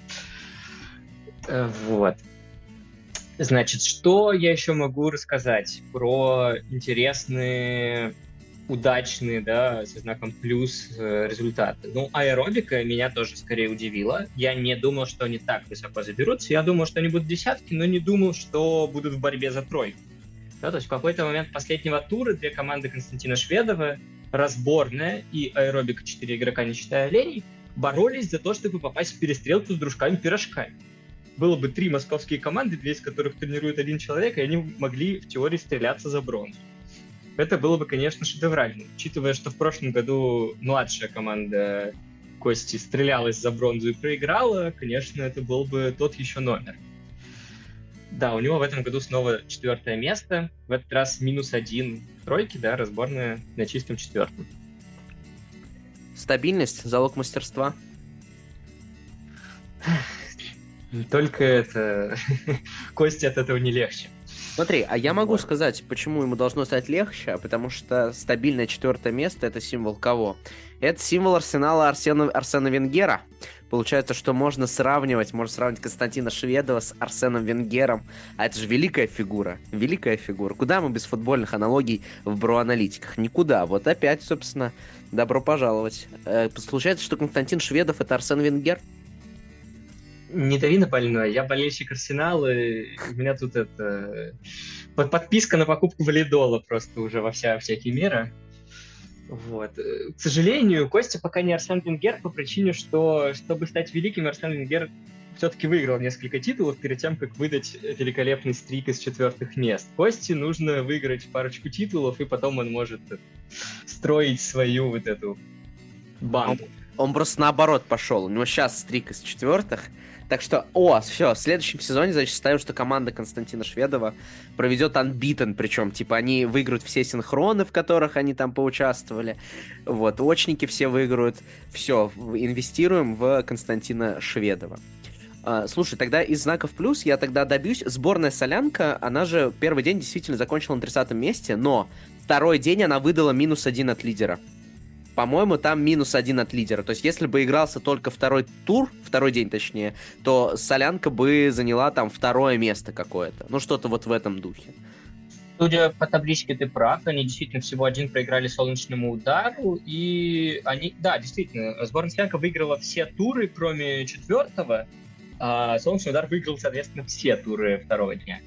Вот. Значит, что я еще могу рассказать про интересные, удачные, да, со знаком плюс э, результаты? Ну, аэробика меня тоже скорее удивила. Я не думал, что они так высоко заберутся. Я думал, что они будут десятки, но не думал, что будут в борьбе за тройку. Да, то есть в какой-то момент последнего тура две команды Константина Шведова, разборная и аэробика четыре игрока, не считая оленей, боролись за то, чтобы попасть в перестрелку с дружками-пирожками. Было бы три московские команды, две из которых тренирует один человек, и они могли в теории стреляться за бронзу. Это было бы, конечно, шедеврально. Учитывая, что в прошлом году младшая команда Кости стрелялась за бронзу и проиграла, конечно, это был бы тот еще номер. Да, у него в этом году снова четвертое место, в этот раз минус один в тройке, да, разборная на чистом четвертом. Стабильность, залог мастерства. Только это... Кости от этого не легче. Смотри, а я могу Вот. сказать, почему ему должно стать легче, потому что стабильное четвертое место — это символ кого? Это символ арсенала Арсена, Арсена Венгера. Получается, что можно сравнивать, можно сравнивать Константина Шведова с Арсеном Венгером. А это же великая фигура, великая фигура. Куда мы без футбольных аналогий в бро-аналитиках? Никуда. Вот опять, собственно, добро пожаловать. Э, Получается, что Константин Шведов — это Арсен Венгер? Не дави на больное, я болельщик Арсенала, и у меня тут это... под- подписка на покупку валидола просто уже во вся, всякие меры. Вот. Э, К сожалению, Костя пока не Арсен Венгер по причине, что, чтобы стать великим, Арсен Венгер все-таки выиграл несколько титулов перед тем, как выдать великолепный стрик из четвертых мест. Косте нужно выиграть парочку титулов, и потом он может э, строить свою вот эту банду. Он просто наоборот пошел. У него сейчас стрик из четвертых. Так что, о, все, в следующем сезоне, значит, ставим, что команда Константина Шведова проведет unbeaten, причем, типа, они выиграют все синхроны, в которых они там поучаствовали. Вот, очники все выиграют. Все, инвестируем в Константина Шведова. А, слушай, тогда из знаков плюс я тогда добьюсь. Сборная Солянка, она же первый день действительно закончила на тридцатом месте, но второй день она выдала минус один от лидера. По-моему, там минус один от лидера. То есть, если бы игрался только второй тур, второй день точнее, то Солянка бы заняла там второе место какое-то. Ну, что-то вот в этом духе. Судя по табличке, ты прав, они действительно всего один проиграли Солнечному удару, и они, да, действительно, сборная Солянка выиграла все туры, кроме четвертого, а Солнечный удар выиграл, соответственно, все туры второго дня.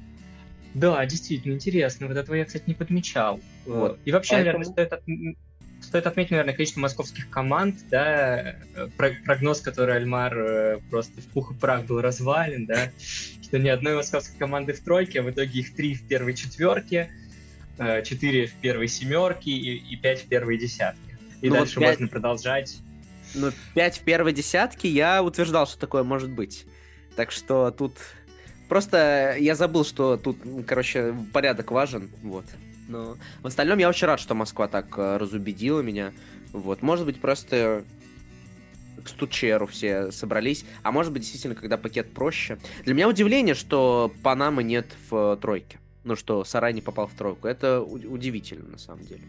Да, действительно, интересно, вот этого я, кстати, не подмечал. Вот. И вообще, Поэтому... наверное, стоит, от... стоит отметить, наверное, количество московских команд, да, Про- прогноз, который Альмар э, просто в пух и прах был развален, да, что ни одной московской команды в тройке, а в итоге их три в первой четверке, э, четыре в первой семерке и, и пять в первой десятке. И ну дальше вот пять... можно продолжать. Ну, пять в первой десятке я утверждал, что такое может быть. Так что тут... Просто я забыл, что тут, короче, порядок важен, вот. Но в остальном я очень рад, что Москва так э, разубедила меня. Вот, может быть, просто к стучеру все собрались, а может быть, действительно, когда пакет проще. Для меня удивление, что Панамы нет в тройке. Ну, что Сарай не попал в тройку. Это у- удивительно, на самом деле.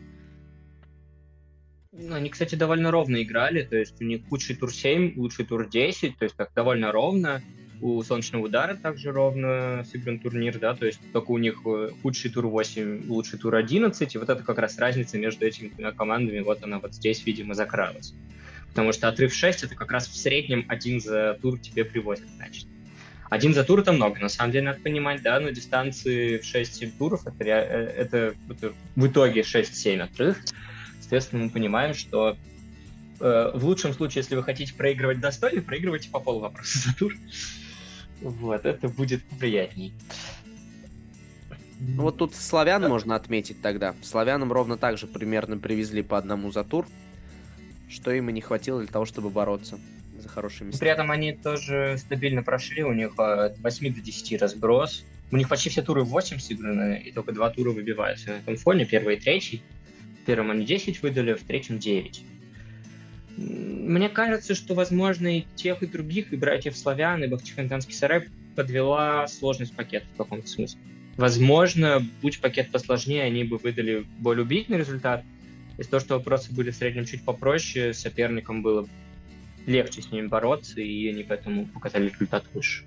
Ну, они, кстати, довольно ровно играли, то есть у них худший тур семь, лучший тур десять, то есть так довольно ровно. У Солнечного удара также ровно сыгран турнир, да, то есть только у них худший тур восемь, лучший тур одиннадцать, и вот это как раз разница между этими двумя командами, вот она вот здесь, видимо, закралась. Потому что отрыв шесть — это как раз в среднем один за тур тебе привозят, значит. Один за тур — это много, на самом деле, надо понимать, да, но дистанции в шесть-семь туров — это, это, это в итоге шесть-семь отрыв. Соответственно, мы понимаем, что э, в лучшем случае, если вы хотите проигрывать достойно, проигрывайте по полу вопроса за тур. Вот, это будет приятней. Ну вот тут славян можно отметить тогда. Славянам ровно так же примерно привезли по одному за тур, что им и не хватило для того, чтобы бороться за хорошие места. При этом они тоже стабильно прошли, у них от восьми до десяти разброс. У них почти все туры в восемь сыграны, и только два тура выбиваются на этом фоне, первый и третий. В первом они десять выдали, в третьем девять. Мне кажется, что, возможно, и тех, и других, и братьев славян, и Бахчисарайский Сарай подвела сложность пакета в каком-то смысле. Возможно, будь пакет посложнее, они бы выдали более убедительный результат. Из-за того, что вопросы были в среднем чуть попроще, соперникам было легче с ними бороться, и они поэтому показали результат выше.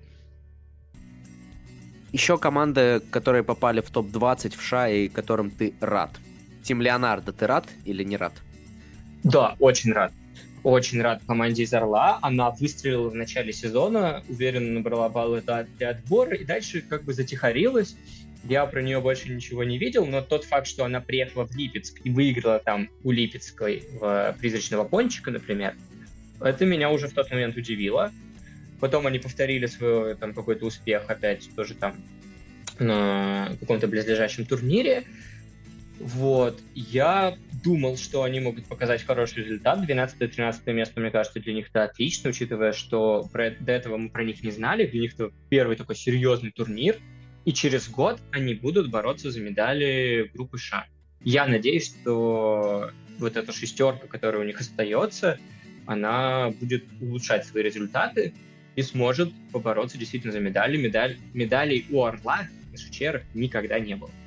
Еще команды, которые попали в топ двадцать в ША и которым ты рад. Тим Леонардо, ты рад или не рад? Да, очень рад. Очень рад команде из Орла. Она выстрелила в начале сезона, уверенно набрала баллы для отбора, и дальше как бы затихарилась. Я про нее больше ничего не видел, но тот факт, что она приехала в Липецк и выиграла там у Липецкой в Призрачного Пончика, например, Это меня уже в тот момент удивило. Потом они повторили свой там какой-то успех опять тоже там на каком-то близлежащем турнире. Вот. Я думал, что они могут показать хороший результат. двенадцатое-тринадцатое место, мне кажется, для них это отлично, учитывая, что про, до этого мы про них не знали. Для них это первый такой серьезный турнир. И через год они будут бороться за медали группы Ш. Я надеюсь, что вот эта шестерка, которая у них остается, она будет улучшать свои результаты и сможет побороться действительно за медали. Медаль, медалей у Орла на шучерах никогда не было.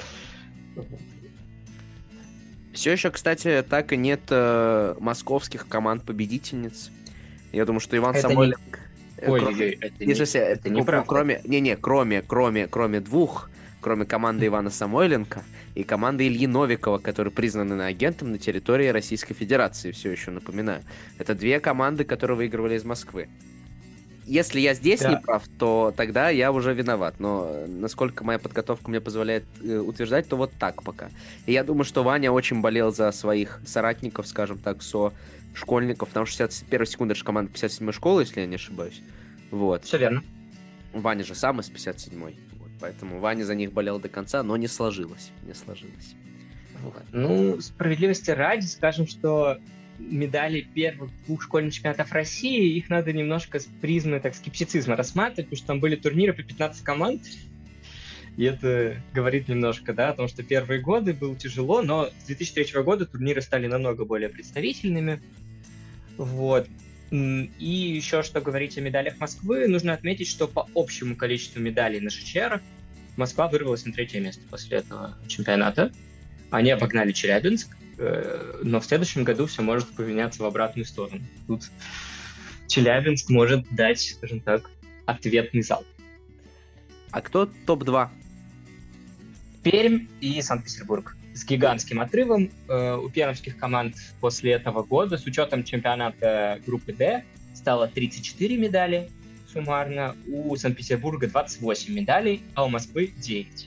Все еще, кстати, так и нет э, московских команд-победительниц. Я думаю, что Иван это Самойленко... Не... Ой, кроме... это, не... Если... это не правда. Кроме... Не-не, кроме, кроме, кроме двух, кроме команды Ивана Самойленко и команды Ильи Новикова, которые признаны агентом на территории Российской Федерации, все еще напоминаю. Это две команды, которые выигрывали из Москвы. Если я здесь да. не прав, то тогда я уже виноват. Но насколько моя подготовка мне позволяет э, утверждать, то вот так пока. И я думаю, что Ваня очень болел за своих соратников, скажем так, со школьников, потому что шестьдесят первая секунда же команда пятьдесят седьмой школы, если я не ошибаюсь. Вот. Все верно. Ваня же сам из пятьдесят седьмой. Вот. Поэтому Ваня за них болел до конца, но не сложилось. Не сложилось. Вот. Ну, справедливости ради, скажем, что медали первых двух школьных чемпионатов России, их надо немножко с призмы, так, скептицизма рассматривать, потому что там были турниры по пятнадцать команд, и это говорит немножко, да, о том, что первые годы было тяжело, но с две тысячи третьего года турниры стали намного более представительными, вот. И еще что говорить о медалях Москвы, нужно отметить, что по общему количеству медалей на шучерах Москва вырвалась на третье место после этого чемпионата. Они обогнали Челябинск, но в следующем году все может поменяться в обратную сторону. Тут Челябинск может дать, скажем так, ответный залп. А кто топ-два? Пермь и Санкт-Петербург. С гигантским отрывом э, у пермских команд после этого года, с учетом чемпионата группы Д, стало тридцать четыре медали суммарно, у Санкт-Петербурга двадцать восемь медалей, а у Москвы девять.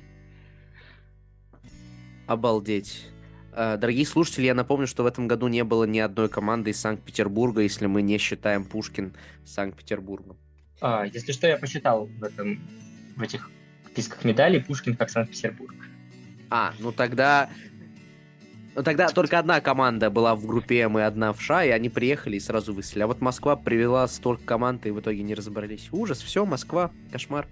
Обалдеть. Дорогие слушатели, я напомню, что в этом году не было ни одной команды из Санкт-Петербурга, если мы не считаем Пушкин Санкт-Петербургом. А, если что, я посчитал в, этом, в этих списках медалей Пушкин как Санкт-Петербург. А, ну тогда... Ну тогда только одна команда была в группе М и одна в Ш, и они приехали и сразу выслали. А вот Москва привела столько команд, и в итоге не разобрались. Ужас, все, Москва, кошмар.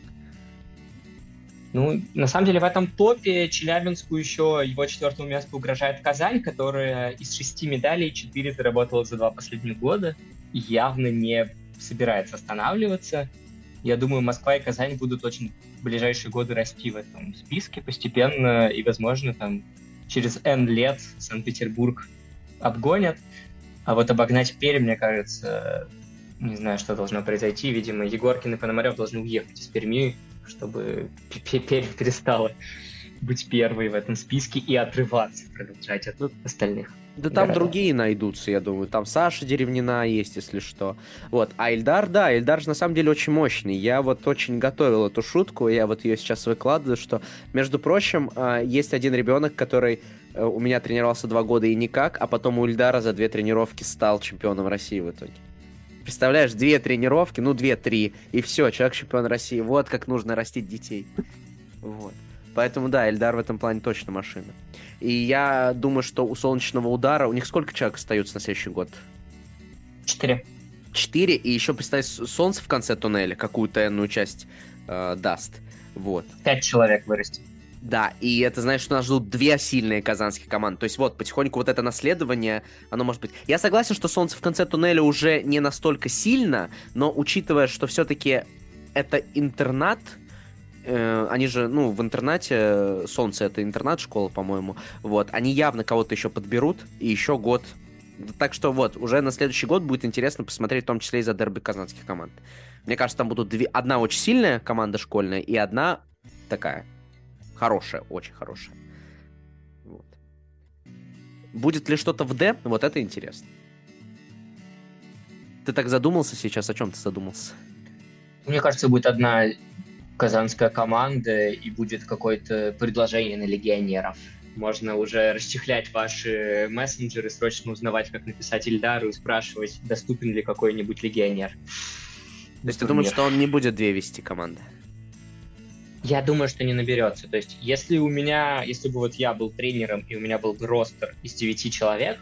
Ну, на самом деле, в этом топе Челябинску еще его четвертому месту угрожает Казань, которая из шести медалей четыре заработала за два последних года и явно не собирается останавливаться. Я думаю, Москва и Казань будут очень в ближайшие годы расти в этом списке постепенно, и, возможно, там через N лет Санкт-Петербург обгонят. А вот обогнать Пермь, мне кажется, не знаю, что должно произойти. Видимо, Егоркин и Пономарев должны уехать из Перми, чтобы Пермь перестала быть первой в этом списке и отрываться, продолжать от остальных. Да там городов. Другие найдутся, я думаю. Там Саша Деревнина есть, если что. Вот. А Ильдар, да, Ильдар же на самом деле очень мощный. Я вот очень готовил эту шутку, я вот ее сейчас выкладываю, что, между прочим, есть один ребенок, который у меня тренировался два года и никак, а потом у Ильдара за две тренировки стал чемпионом России в итоге. Представляешь, две тренировки, ну, две-три, и все, человек чемпион России. Вот как нужно растить детей. Вот. Поэтому, да, Ильдар в этом плане точно машина. И я думаю, что у солнечного удара... У них сколько человек остается на следующий год? Четыре. Четыре, и еще, представь, солнце в конце туннеля какую-то энную часть э, даст. Вот. Пять человек вырастет. Да, и это значит, что нас ждут две сильные казанские команды. То есть вот, потихоньку вот это наследование, оно может быть... Я согласен, что солнце в конце туннеля уже не настолько сильно, но учитывая, что все-таки это интернат, э, они же, ну, в интернате, солнце это интернат-школа, по-моему, вот, они явно кого-то еще подберут, и еще год. Так что вот, уже на следующий год будет интересно посмотреть, в том числе и за дерби казанских команд. Мне кажется, там будут две... одна очень сильная команда школьная и одна такая... Хорошая, очень хорошая. Вот. Будет ли что-то в Д? Вот это интересно. Ты так задумался сейчас? О чем ты задумался? Мне кажется, будет одна казанская команда, и будет какое-то предложение на легионеров. Можно уже расчехлять ваши мессенджеры, срочно узнавать, как написать Ильдару и спрашивать, доступен ли какой-нибудь легионер. То есть ты думаешь, что он не будет две вести команды? Я думаю, что не наберется. То есть если у меня, если бы вот я был тренером, и у меня был бы ростер из девяти человек,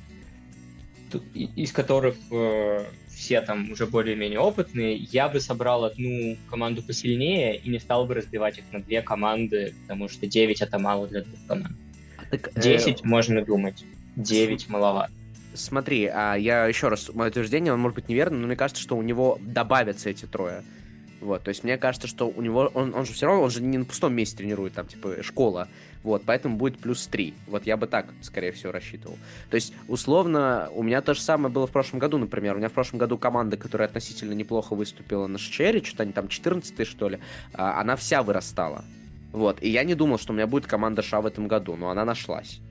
то, из которых э, все там уже более-менее опытные, я бы собрал одну команду посильнее и не стал бы разбивать их на две команды, потому что девять это мало для двух команд. Так, десять э... можно думать, девять С... маловато. Смотри, а я еще раз, мое утверждение, он может быть неверным, но мне кажется, что у него добавятся эти трое. Вот, то есть мне кажется, что у него, он, он же все равно, он же не на пустом месте тренирует, там, типа, школа, вот, поэтому будет плюс три. Вот я бы так, скорее всего, рассчитывал. То есть, условно, у меня то же самое было в прошлом году, например. У меня в прошлом году команда, которая относительно неплохо выступила на Шчере, что-то они там четырнадцатые, что ли, она вся вырастала. Вот, и я не думал, что у меня будет команда Ша в этом году, но она нашлась.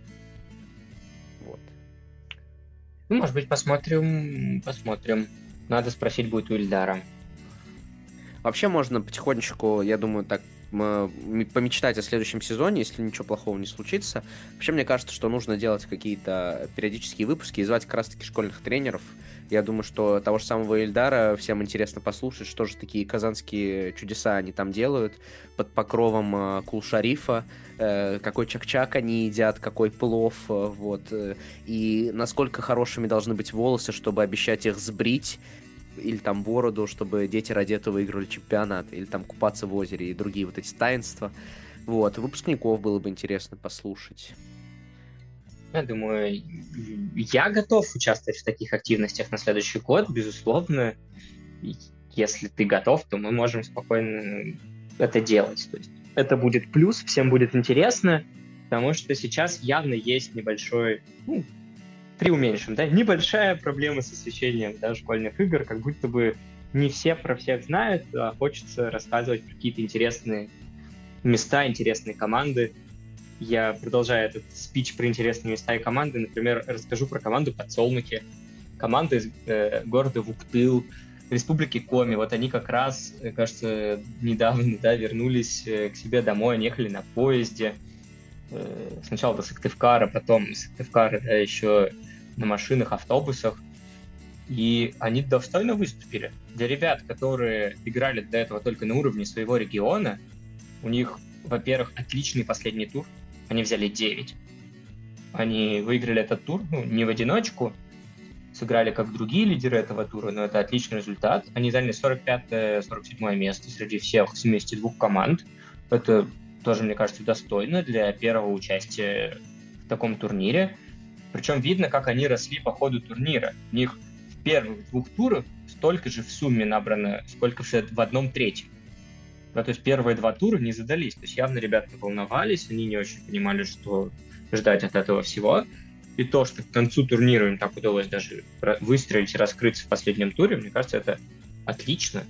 Вот. Ну, может быть, посмотрим, посмотрим. Надо спросить будет у Ильдара. Вообще можно потихонечку, я думаю, так помечтать о следующем сезоне, если ничего плохого не случится. Вообще, мне кажется, что нужно делать какие-то периодические выпуски и звать как раз-таки школьных тренеров. Я думаю, что того же самого Ильдара всем интересно послушать, что же такие казанские чудеса они там делают под покровом э, Кул-Шарифа, э, какой чак-чак они едят, какой плов, э, вот, э, и насколько хорошими должны быть волосы, чтобы обещать их сбрить, или там бороду, чтобы дети ради этого выиграли чемпионат, или там купаться в озере и другие вот эти таинства. Вот, выпускников было бы интересно послушать. Я думаю, я готов участвовать в таких активностях на следующий год, безусловно. Если ты готов, то мы можем спокойно это делать. То есть это будет плюс, всем будет интересно, потому что сейчас явно есть небольшой, ну, преуменьшим, да, небольшая проблема с освещением, да, школьных игр, как будто бы не все про всех знают, а хочется рассказывать про какие-то интересные места, интересные команды. Я продолжаю этот спич про интересные места и команды. Например, расскажу про команду «Подсолнухи», команду из э, города Вуктыл, Республики Коми. Вот они как раз, кажется, недавно, да, вернулись к себе домой, они ехали на поезде. Э, сначала до Сыктывкара, потом из Сыктывкара, да, еще на машинах, автобусах. И они достойно выступили. Для ребят, которые играли до этого только на уровне своего региона, у них, во-первых, отличный последний тур. Они взяли девять. Они выиграли этот тур, ну, не в одиночку, сыграли как другие лидеры этого тура, но это отличный результат. Они заняли сорок пятое - сорок седьмое место среди всех семидесяти двух команд. Это тоже, мне кажется, достойно для первого участия в таком турнире. Причем видно, как они росли по ходу турнира. У них в первых двух турах столько же в сумме набрано, сколько в одном третьем. Да, то есть первые два тура не задались. То есть явно ребята волновались, они не очень понимали, что ждать от этого всего. И то, что к концу турнира им так удалось даже выстрелить и раскрыться в последнем туре, мне кажется, это отлично.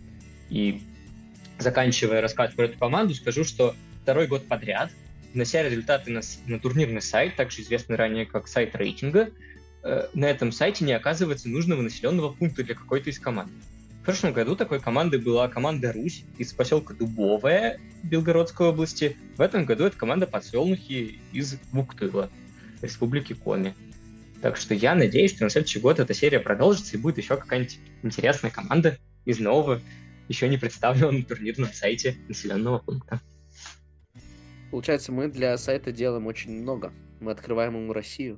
И заканчивая рассказ про эту команду, скажу, что второй год подряд, внося результаты на, на турнирный сайт, также известный ранее как сайт рейтинга, э, на этом сайте не оказывается нужного населенного пункта для какой-то из команд. В прошлом году такой командой была команда «Русь» из поселка Дубовое Белгородской области. В этом году это команда «Подсолнухи» из Вуктыла, Республики Коми. Так что я надеюсь, что на следующий год эта серия продолжится и будет еще какая-нибудь интересная команда из нового, еще не представленного на турнирном сайте населенного пункта. Получается, мы для сайта делаем очень много. Мы открываем ему Россию.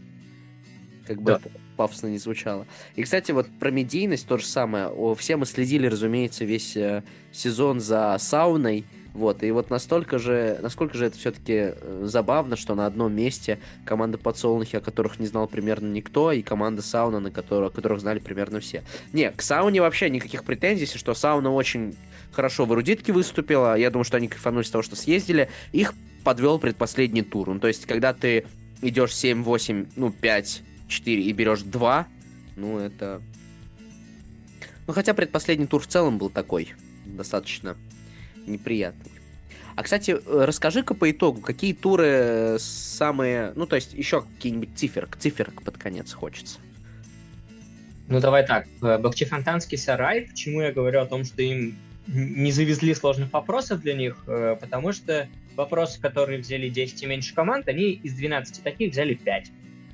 Как бы да. это пафосно не звучало. И, кстати, вот про медийность то же самое. Все мы следили, разумеется, весь э, сезон за сауной. Вот, и вот настолько же, насколько же это все-таки забавно, что на одном месте команда «Подсолнухи», о которых не знал примерно никто, и команда «Сауна», на которых, которых знали примерно все. Не, к «Сауне» вообще никаких претензий, если что, «Сауна» очень хорошо в эрудитке выступила. Я думаю, что они кайфанули с того, что съездили. Их подвел предпоследний тур. Ну, то есть, когда ты идешь семь восемь, ну, пять четыре и берешь два, ну, это... Ну, хотя предпоследний тур в целом был такой, достаточно неприятный. А, кстати, расскажи-ка по итогу, какие туры самые... Ну, то есть, еще какие-нибудь циферок, циферок под конец хочется. Ну, давай так. Бахчефонтанский сарай. Почему я говорю о том, что им не завезли сложных вопросов для них? Потому что вопросы, которые взяли десять и меньше команд, они из двенадцати таких взяли пять.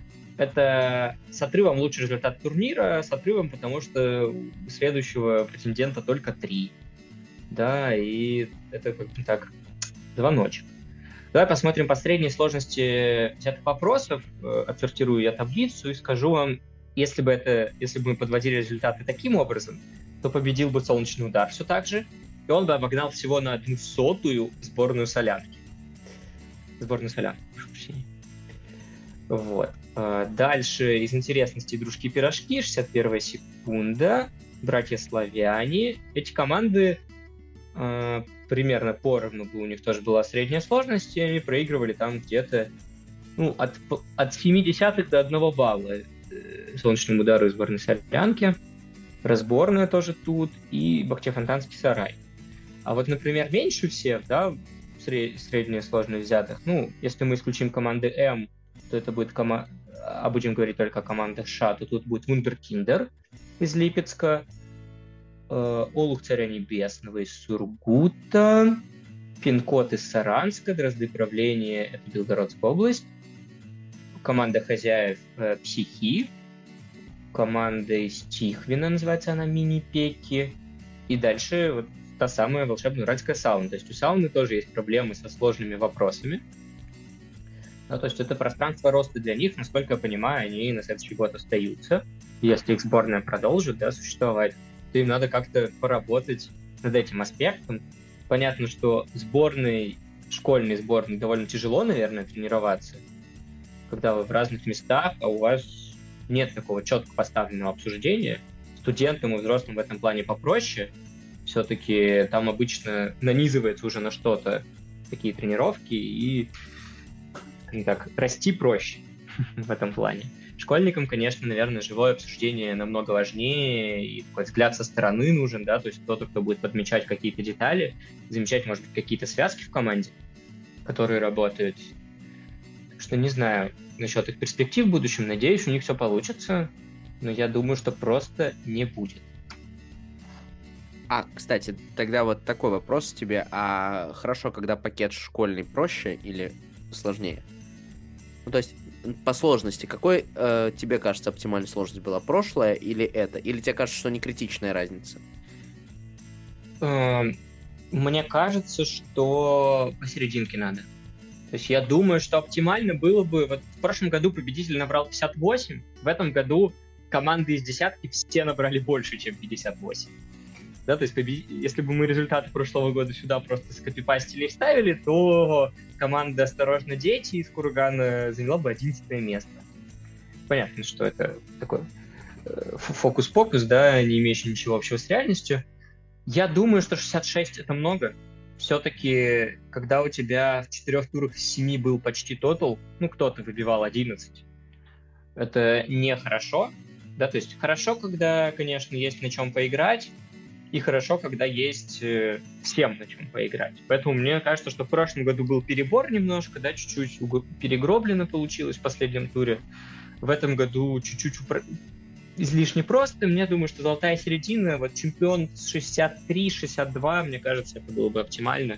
Это с отрывом лучший результат турнира, с отрывом, потому что у следующего претендента только три. Да, и это как бы так, звоночек. Давай посмотрим по средней сложности взятых вопросов. Отсортирую я таблицу и скажу вам, если бы, это, если бы мы подводили результаты таким образом, то победил бы «Солнечный удар» все так же, и он бы обогнал всего на одну сотую сборную Солянки. Сборную Солянки, прошу прощения. Вот. Дальше из интересностей «Дружки-пирожки», шестьдесят первая секунда, «Братья-славяне». Эти команды э, примерно поровну у них тоже была средняя сложность, и они проигрывали там где-то ну, от, от семидесятых до одного балла э, «Солнечному удару» и сборной Солянки. Разборная тоже тут, и Бахчефонтанский сарай. А вот, например, меньше всех, да, средняя сложность взятых, ну, если мы исключим команды М, то это будет команда, а будем говорить только о командах Ш, то тут будет Вундеркиндер из Липецка, э, Олух Царя Небесного из Сургута, Пинкот из Саранска, Дрозды правления — это Белгородская область, команда хозяев э, Психи, команда из Тихвина, называется она Мини-Пеки, и дальше вот та самая волшебная уральская сауна. То есть у сауны тоже есть проблемы со сложными вопросами. Ну, то есть это пространство роста для них, насколько я понимаю, они на следующий год остаются. Если их сборная продолжит, да, существовать, то им надо как-то поработать над этим аспектом. Понятно, что сборной, школьной сборной довольно тяжело, наверное, тренироваться, когда вы в разных местах, а у вас нет такого четко поставленного обсуждения. Студентам и взрослым в этом плане попроще. Все-таки там обычно нанизывается уже на что-то такие тренировки, и так, расти проще в этом плане. Школьникам, конечно, наверное, живое обсуждение намного важнее, и такой взгляд со стороны нужен, да, то есть кто-то, кто будет подмечать какие-то детали, замечать, может быть, какие-то связки в команде, которые работают. Так что не знаю насчет их перспектив в будущем, надеюсь, у них все получится, но я думаю, что просто не будет. А, кстати, тогда вот такой вопрос тебе. А хорошо, когда пакет школьный проще или сложнее? Ну, то есть, по сложности, какой э, тебе кажется оптимальной сложность была? Прошлое или это? Или тебе кажется, что не критичная разница? Мне кажется, что посерединке надо. То есть я думаю, что оптимально было бы... Вот в прошлом году победитель набрал пятьдесят восемь, в этом году команды из десятки все набрали больше, чем пятьдесят восемь. Да, то есть побед... если бы мы результаты прошлого года сюда просто скопипастили и вставили, то команда «Осторожно, дети» из Кургана заняла бы одиннадцатое место. Понятно, что это такой э, фокус-покус, да, не имеющий ничего общего с реальностью. Я думаю, что шестьдесят шесть — это много. Все-таки, когда у тебя в четырех турах из семи был почти тотал, ну, кто-то выбивал одиннадцать, это нехорошо. Да, то есть хорошо, когда, конечно, есть на чем поиграть, и хорошо, когда есть э, всем на чем поиграть. Поэтому мне кажется, что в прошлом году был перебор немножко, да, чуть-чуть перегроблено получилось в последнем туре. В этом году чуть-чуть упро... излишне просто. Мне думаю, что золотая середина, вот чемпион шестьдесят три шестьдесят два, мне кажется, это было бы оптимально.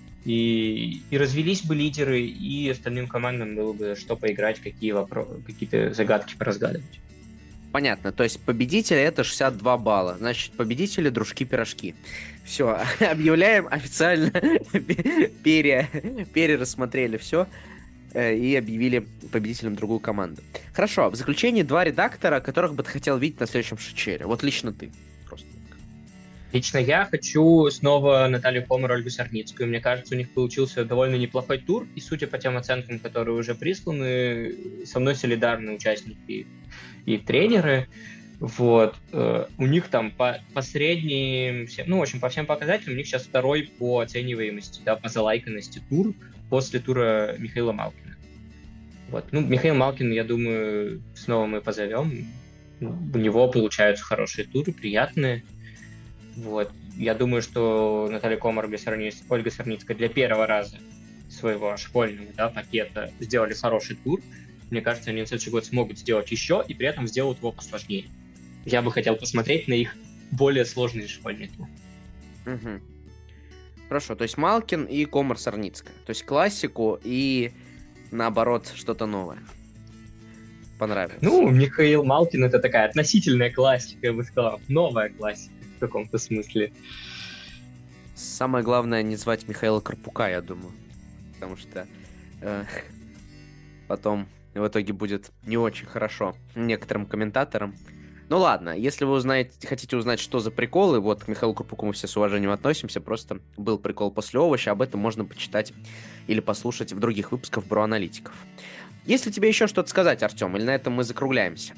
И, и развелись бы лидеры, и остальным командам было бы что поиграть, какие вопросы, какие-то загадки поразгадывать. Понятно, то есть победители — это шестьдесят два балла, значит, победители — дружки-пирожки. Все, объявляем официально, пере, перерассмотрели все и объявили победителем другую команду. Хорошо, в заключении два редактора, которых бы ты хотел видеть на следующем Шичере. Вот лично ты. Просто. Лично я хочу снова Наталью Хомер, Ольгу Сарницкую. Мне кажется, у них получился довольно неплохой тур, и судя по тем оценкам, которые уже присланы, со мной солидарны участники и тренеры. Вот. У них там по, по средним, ну, в общем, по всем показателям, у них сейчас второй по оцениваемости, да, по залайканности тур после тура Михаила Малкина. Вот. Ну, Михаил Малкин, я думаю, снова мы позовем. У него получаются хорошие туры, приятные. Вот. Я думаю, что Наталья Комар, Ольга Сарницкая для первого раза своего школьного, да, пакета сделали хороший тур. Мне кажется, они на следующий год смогут сделать еще, и при этом сделают его посложнее. Я бы хотел посмотреть на их более сложный школьный тур. Угу. Хорошо, то есть Малкин и Комар-Сорницкая. То есть классику и, наоборот, что-то новое. Понравилось. Ну, Михаил Малкин — это такая относительная классика, я бы сказал. Новая классика в каком-то смысле. Самое главное не звать Михаила Карпука, я думаю. Потому что э, потом в итоге будет не очень хорошо некоторым комментаторам. Ну ладно, если вы узнаете, хотите узнать, что за приколы, вот к Михаилу Карпуку мы все с уважением относимся, просто был прикол после овоща, об этом можно почитать или послушать в других выпусках Бро-аналитиков. Есть ли тебе еще что-то сказать, Артем, или на этом мы закругляемся?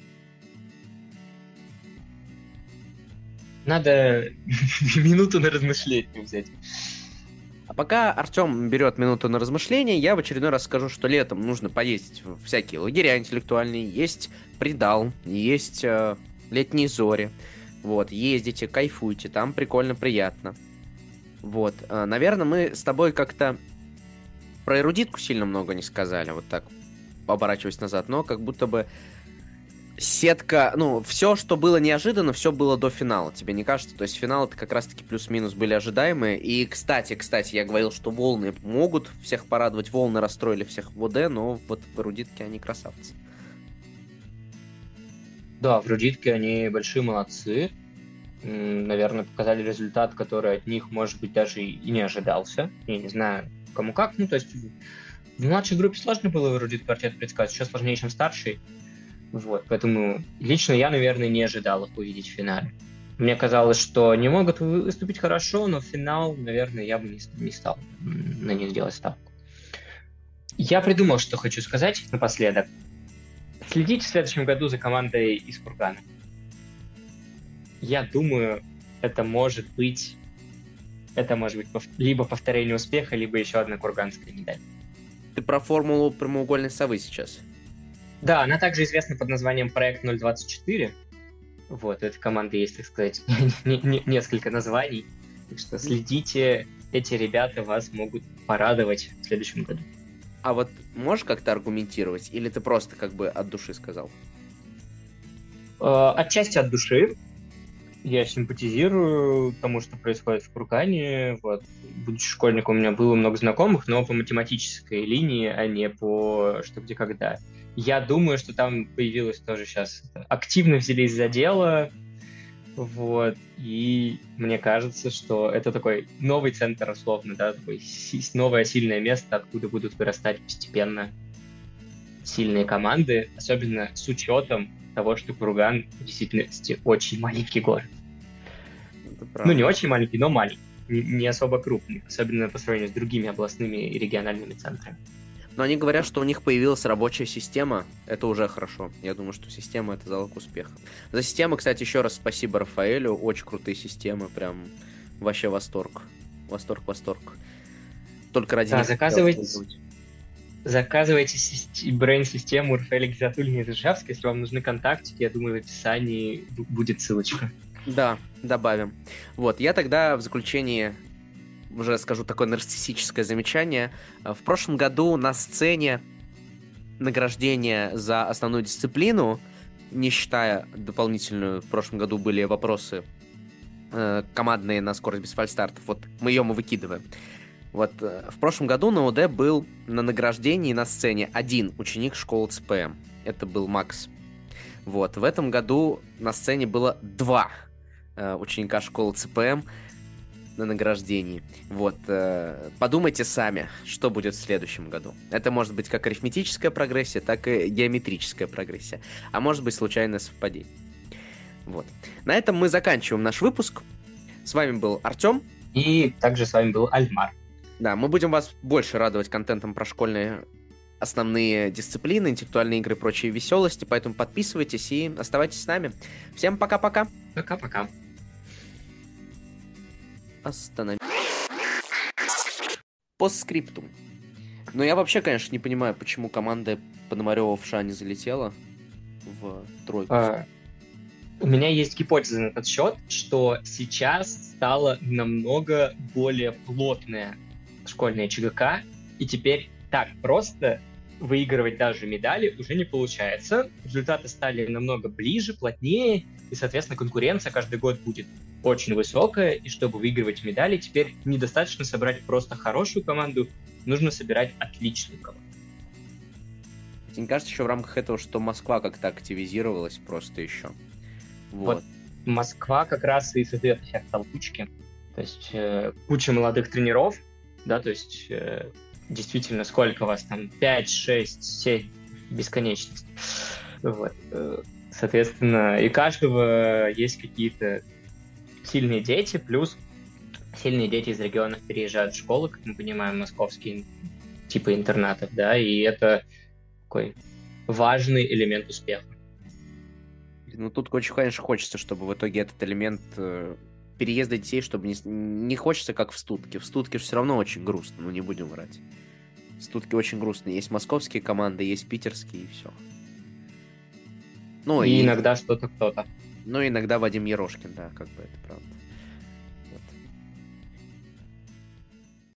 Надо минуту на размышление взять. А пока Артем берет минуту на размышление, я в очередной раз скажу, что летом нужно поездить в всякие лагеря интеллектуальные. Есть Придал, есть э, летние зори. Вот, ездите, кайфуйте, там прикольно, приятно. Вот, э, наверное, мы с тобой как-то про эрудитку сильно много не сказали, вот так, оборачиваясь назад, но как будто бы сетка, ну, все, что было неожиданно, все было до финала, тебе не кажется? То есть финалы-то как раз-таки плюс-минус были ожидаемые. И, кстати, кстати, я говорил, что волны могут всех порадовать, волны расстроили всех в ОД, но вот в эрудитке они красавцы. Да, в эрудитке они большие молодцы. М, Наверное, показали результат, который от них, может быть, даже и не ожидался. Я не знаю, кому как. Ну, то есть в младшей группе сложно было в эрудит квартет предсказать, еще сложнее, чем старший. Вот, поэтому лично я, наверное, не ожидал их увидеть в финале. Мне казалось, что они могут выступить хорошо, но в финал, наверное, я бы не, не стал м, на них делать ставку. Я придумал, что хочу сказать напоследок. Следите в следующем году за командой из Кургана. Я думаю, это может быть, это может быть пов- либо повторение успеха, либо еще одна курганская медаль. Ты про формулу прямоугольной совы сейчас. Да, она также известна под названием Проект ноль двадцать четыре. Вот, у этой команды есть, так сказать, не- не- несколько названий. Так что следите, эти ребята вас могут порадовать в следующем году. А вот можешь как-то аргументировать, или ты просто как бы от души сказал? Э, Отчасти от души. Я симпатизирую тому, что происходит в Кургане. Вот. Будучи школьником, у меня было много знакомых, но по математической линии, а не по что, где, когда. Я думаю, что там появилось тоже сейчас... Активно взялись за дело, вот, и мне кажется, что это такой новый центр, условно, да, такое си- новое сильное место, откуда будут вырастать постепенно сильные команды, особенно с учетом того, что Курган в действительности очень маленький город. Это Ну, правда. не очень маленький, но маленький. Не, не особо крупный, особенно по сравнению с другими областными и региональными центрами. Но они говорят, что у них появилась рабочая система. Это уже хорошо. Я думаю, что система — это залог успеха. За систему, кстати, еще раз спасибо Рафаэлю. Очень крутые системы. Прям вообще восторг. Восторг, восторг. Только ради Да, них заказывайте- хотелось использовать. Заказывайте сист- брейн-систему Рафаэля Гизатуллина из Ижевска. Если вам нужны контактики, я думаю, в описании бу- будет ссылочка. Да, добавим. Вот, я тогда в заключении уже скажу такое нарциссическое замечание. В прошлом году на сцене награждение за основную дисциплину, не считая дополнительную, в прошлом году были вопросы э, командные на скорость без фальстартов, вот мы ее мы выкидываем. Вот э, в прошлом году на ОД был на награждении на сцене один ученик школы ЦПМ. Это был Макс. Вот, в этом году на сцене было два э, ученика школы ЦПМ на награждении. Вот, э, подумайте сами, что будет в следующем году. Это может быть как арифметическая прогрессия, так и геометрическая прогрессия. А может быть случайное совпадение. Вот. На этом мы заканчиваем наш выпуск. С вами был Артем. И также с вами был Альмар. Да, мы будем вас больше радовать контентом про школьные основные дисциплины, интеллектуальные игры и прочие веселости, поэтому подписывайтесь и оставайтесь с нами. Всем пока-пока. Пока-пока. Останови. Постскриптум. Но я вообще, конечно, не понимаю, почему команда Пономарева в ша не залетела в тройку. А, У меня есть гипотеза на этот счет, что сейчас стала намного более плотная школьная ЧГК, и теперь так просто выигрывать даже медали уже не получается. Результаты стали намного ближе, плотнее, и, соответственно, конкуренция каждый год будет очень высокая, и чтобы выигрывать медали, теперь недостаточно собрать просто хорошую команду, нужно собирать отличную команду. Мне кажется, еще в рамках этого, что Москва как-то активизировалась просто еще. Вот. Вот Москва как раз и создает эффект толкучки. То есть э, куча молодых тренеров, да, то есть э, действительно, сколько вас там, пять, шесть, семь, бесконечность. Вот. Соответственно, и у каждого есть какие-то сильные дети, плюс сильные дети из регионов переезжают в школы, как мы понимаем, московские типа интернатов, да, и это такой важный элемент успеха. Ну, тут очень, конечно, хочется, чтобы в итоге этот элемент э, переезда детей, чтобы не, не хочется, как в Студке. В Студке же все равно очень грустно, ну, не будем врать. В Студке очень грустно. Есть московские команды, есть питерские, и все. Ну, и, и иногда что-то кто-то. Ну, иногда Вадим Ерошкин, да, как бы это правда.